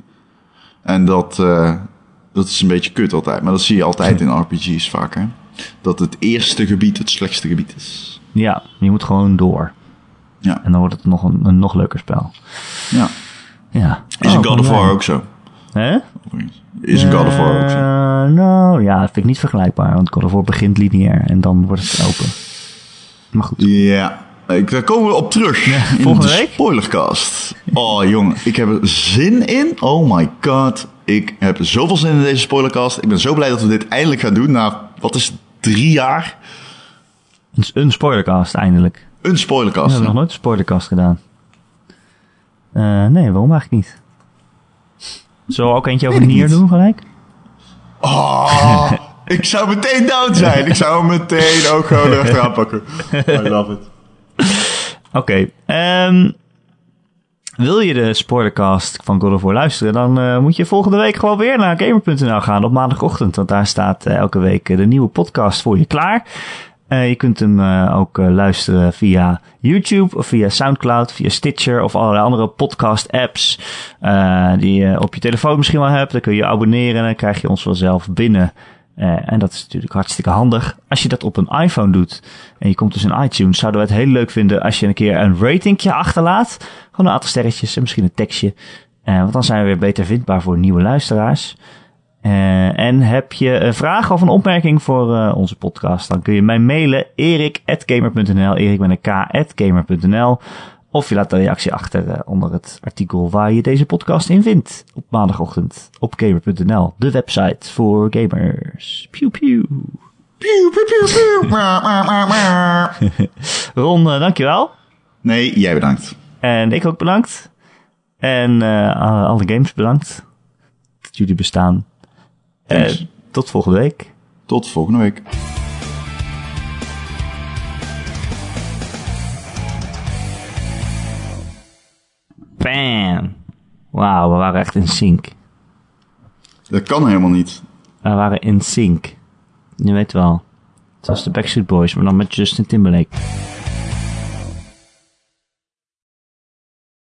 En dat, uh, dat is een beetje kut altijd. Maar dat zie je altijd in R P G's vaak, hè. Dat het eerste gebied het slechtste gebied is. Ja, je moet gewoon door. Ja. En dan wordt het nog een, een nog leuker spel. Ja. Ja. Is een God of War ook zo? Hè? Is een God of War ook zo? Uh, nou, ja, dat vind ik niet vergelijkbaar. Want God of War begint lineair en dan wordt het open. Maar goed. Ja. Ik, daar komen we op terug. Ja, in volgende de week? Spoilercast. Oh, jongen. Ik heb er zin in. Oh my god. Ik heb zoveel zin in deze spoilercast. Ik ben zo blij dat we dit eindelijk gaan doen. Na, wat is het, drie jaar? Een, een spoilercast, eindelijk. Een spoilercast. We hebben nog nooit een spoilercast gedaan. Uh, nee, waarom eigenlijk niet? Zullen we ook eentje over Nier doen gelijk? Oh, ik zou meteen down zijn. Ik zou hem meteen ook gewoon erachteraan pakken. I love it. Oké. Okay, um, wil je de spoilercast van God of War luisteren, dan uh, moet je volgende week gewoon weer naar gamer punt n l gaan op maandagochtend. Want daar staat uh, elke week uh, de nieuwe podcast voor je klaar. Uh, je kunt hem uh, ook uh, luisteren via YouTube of via Soundcloud, via Stitcher of allerlei andere podcast apps uh, die je op je telefoon misschien wel hebt. Dan kun je je abonneren en dan krijg je ons vanzelf binnen. Uh, en dat is natuurlijk hartstikke handig. Als je dat op een iPhone doet en je komt dus in iTunes, zouden we het heel leuk vinden als je een keer een ratingje achterlaat. Gewoon een aantal sterretjes en misschien een tekstje. Uh, want dan zijn we weer beter vindbaar voor nieuwe luisteraars. Uh, en heb je een vraag of een opmerking voor uh, onze podcast, dan kun je mij mailen erik at gamer punt n l, erik met een k at gamer punt n l. Of je laat een reactie achter uh, onder het artikel waar je deze podcast in vindt. Op maandagochtend op gamer punt n l, de website voor gamers. Pew pew. Pew pew pew pew. Ron, uh, dankjewel. Nee, jij bedankt. En ik ook bedankt. En uh, alle games bedankt dat jullie bestaan. Uh, tot volgende week. Tot volgende week. Bam. Wauw, we waren echt in sync. Dat kan helemaal niet. We waren in sync. Je weet wel. Het was de Backstreet Boys, maar dan met Justin Timberlake.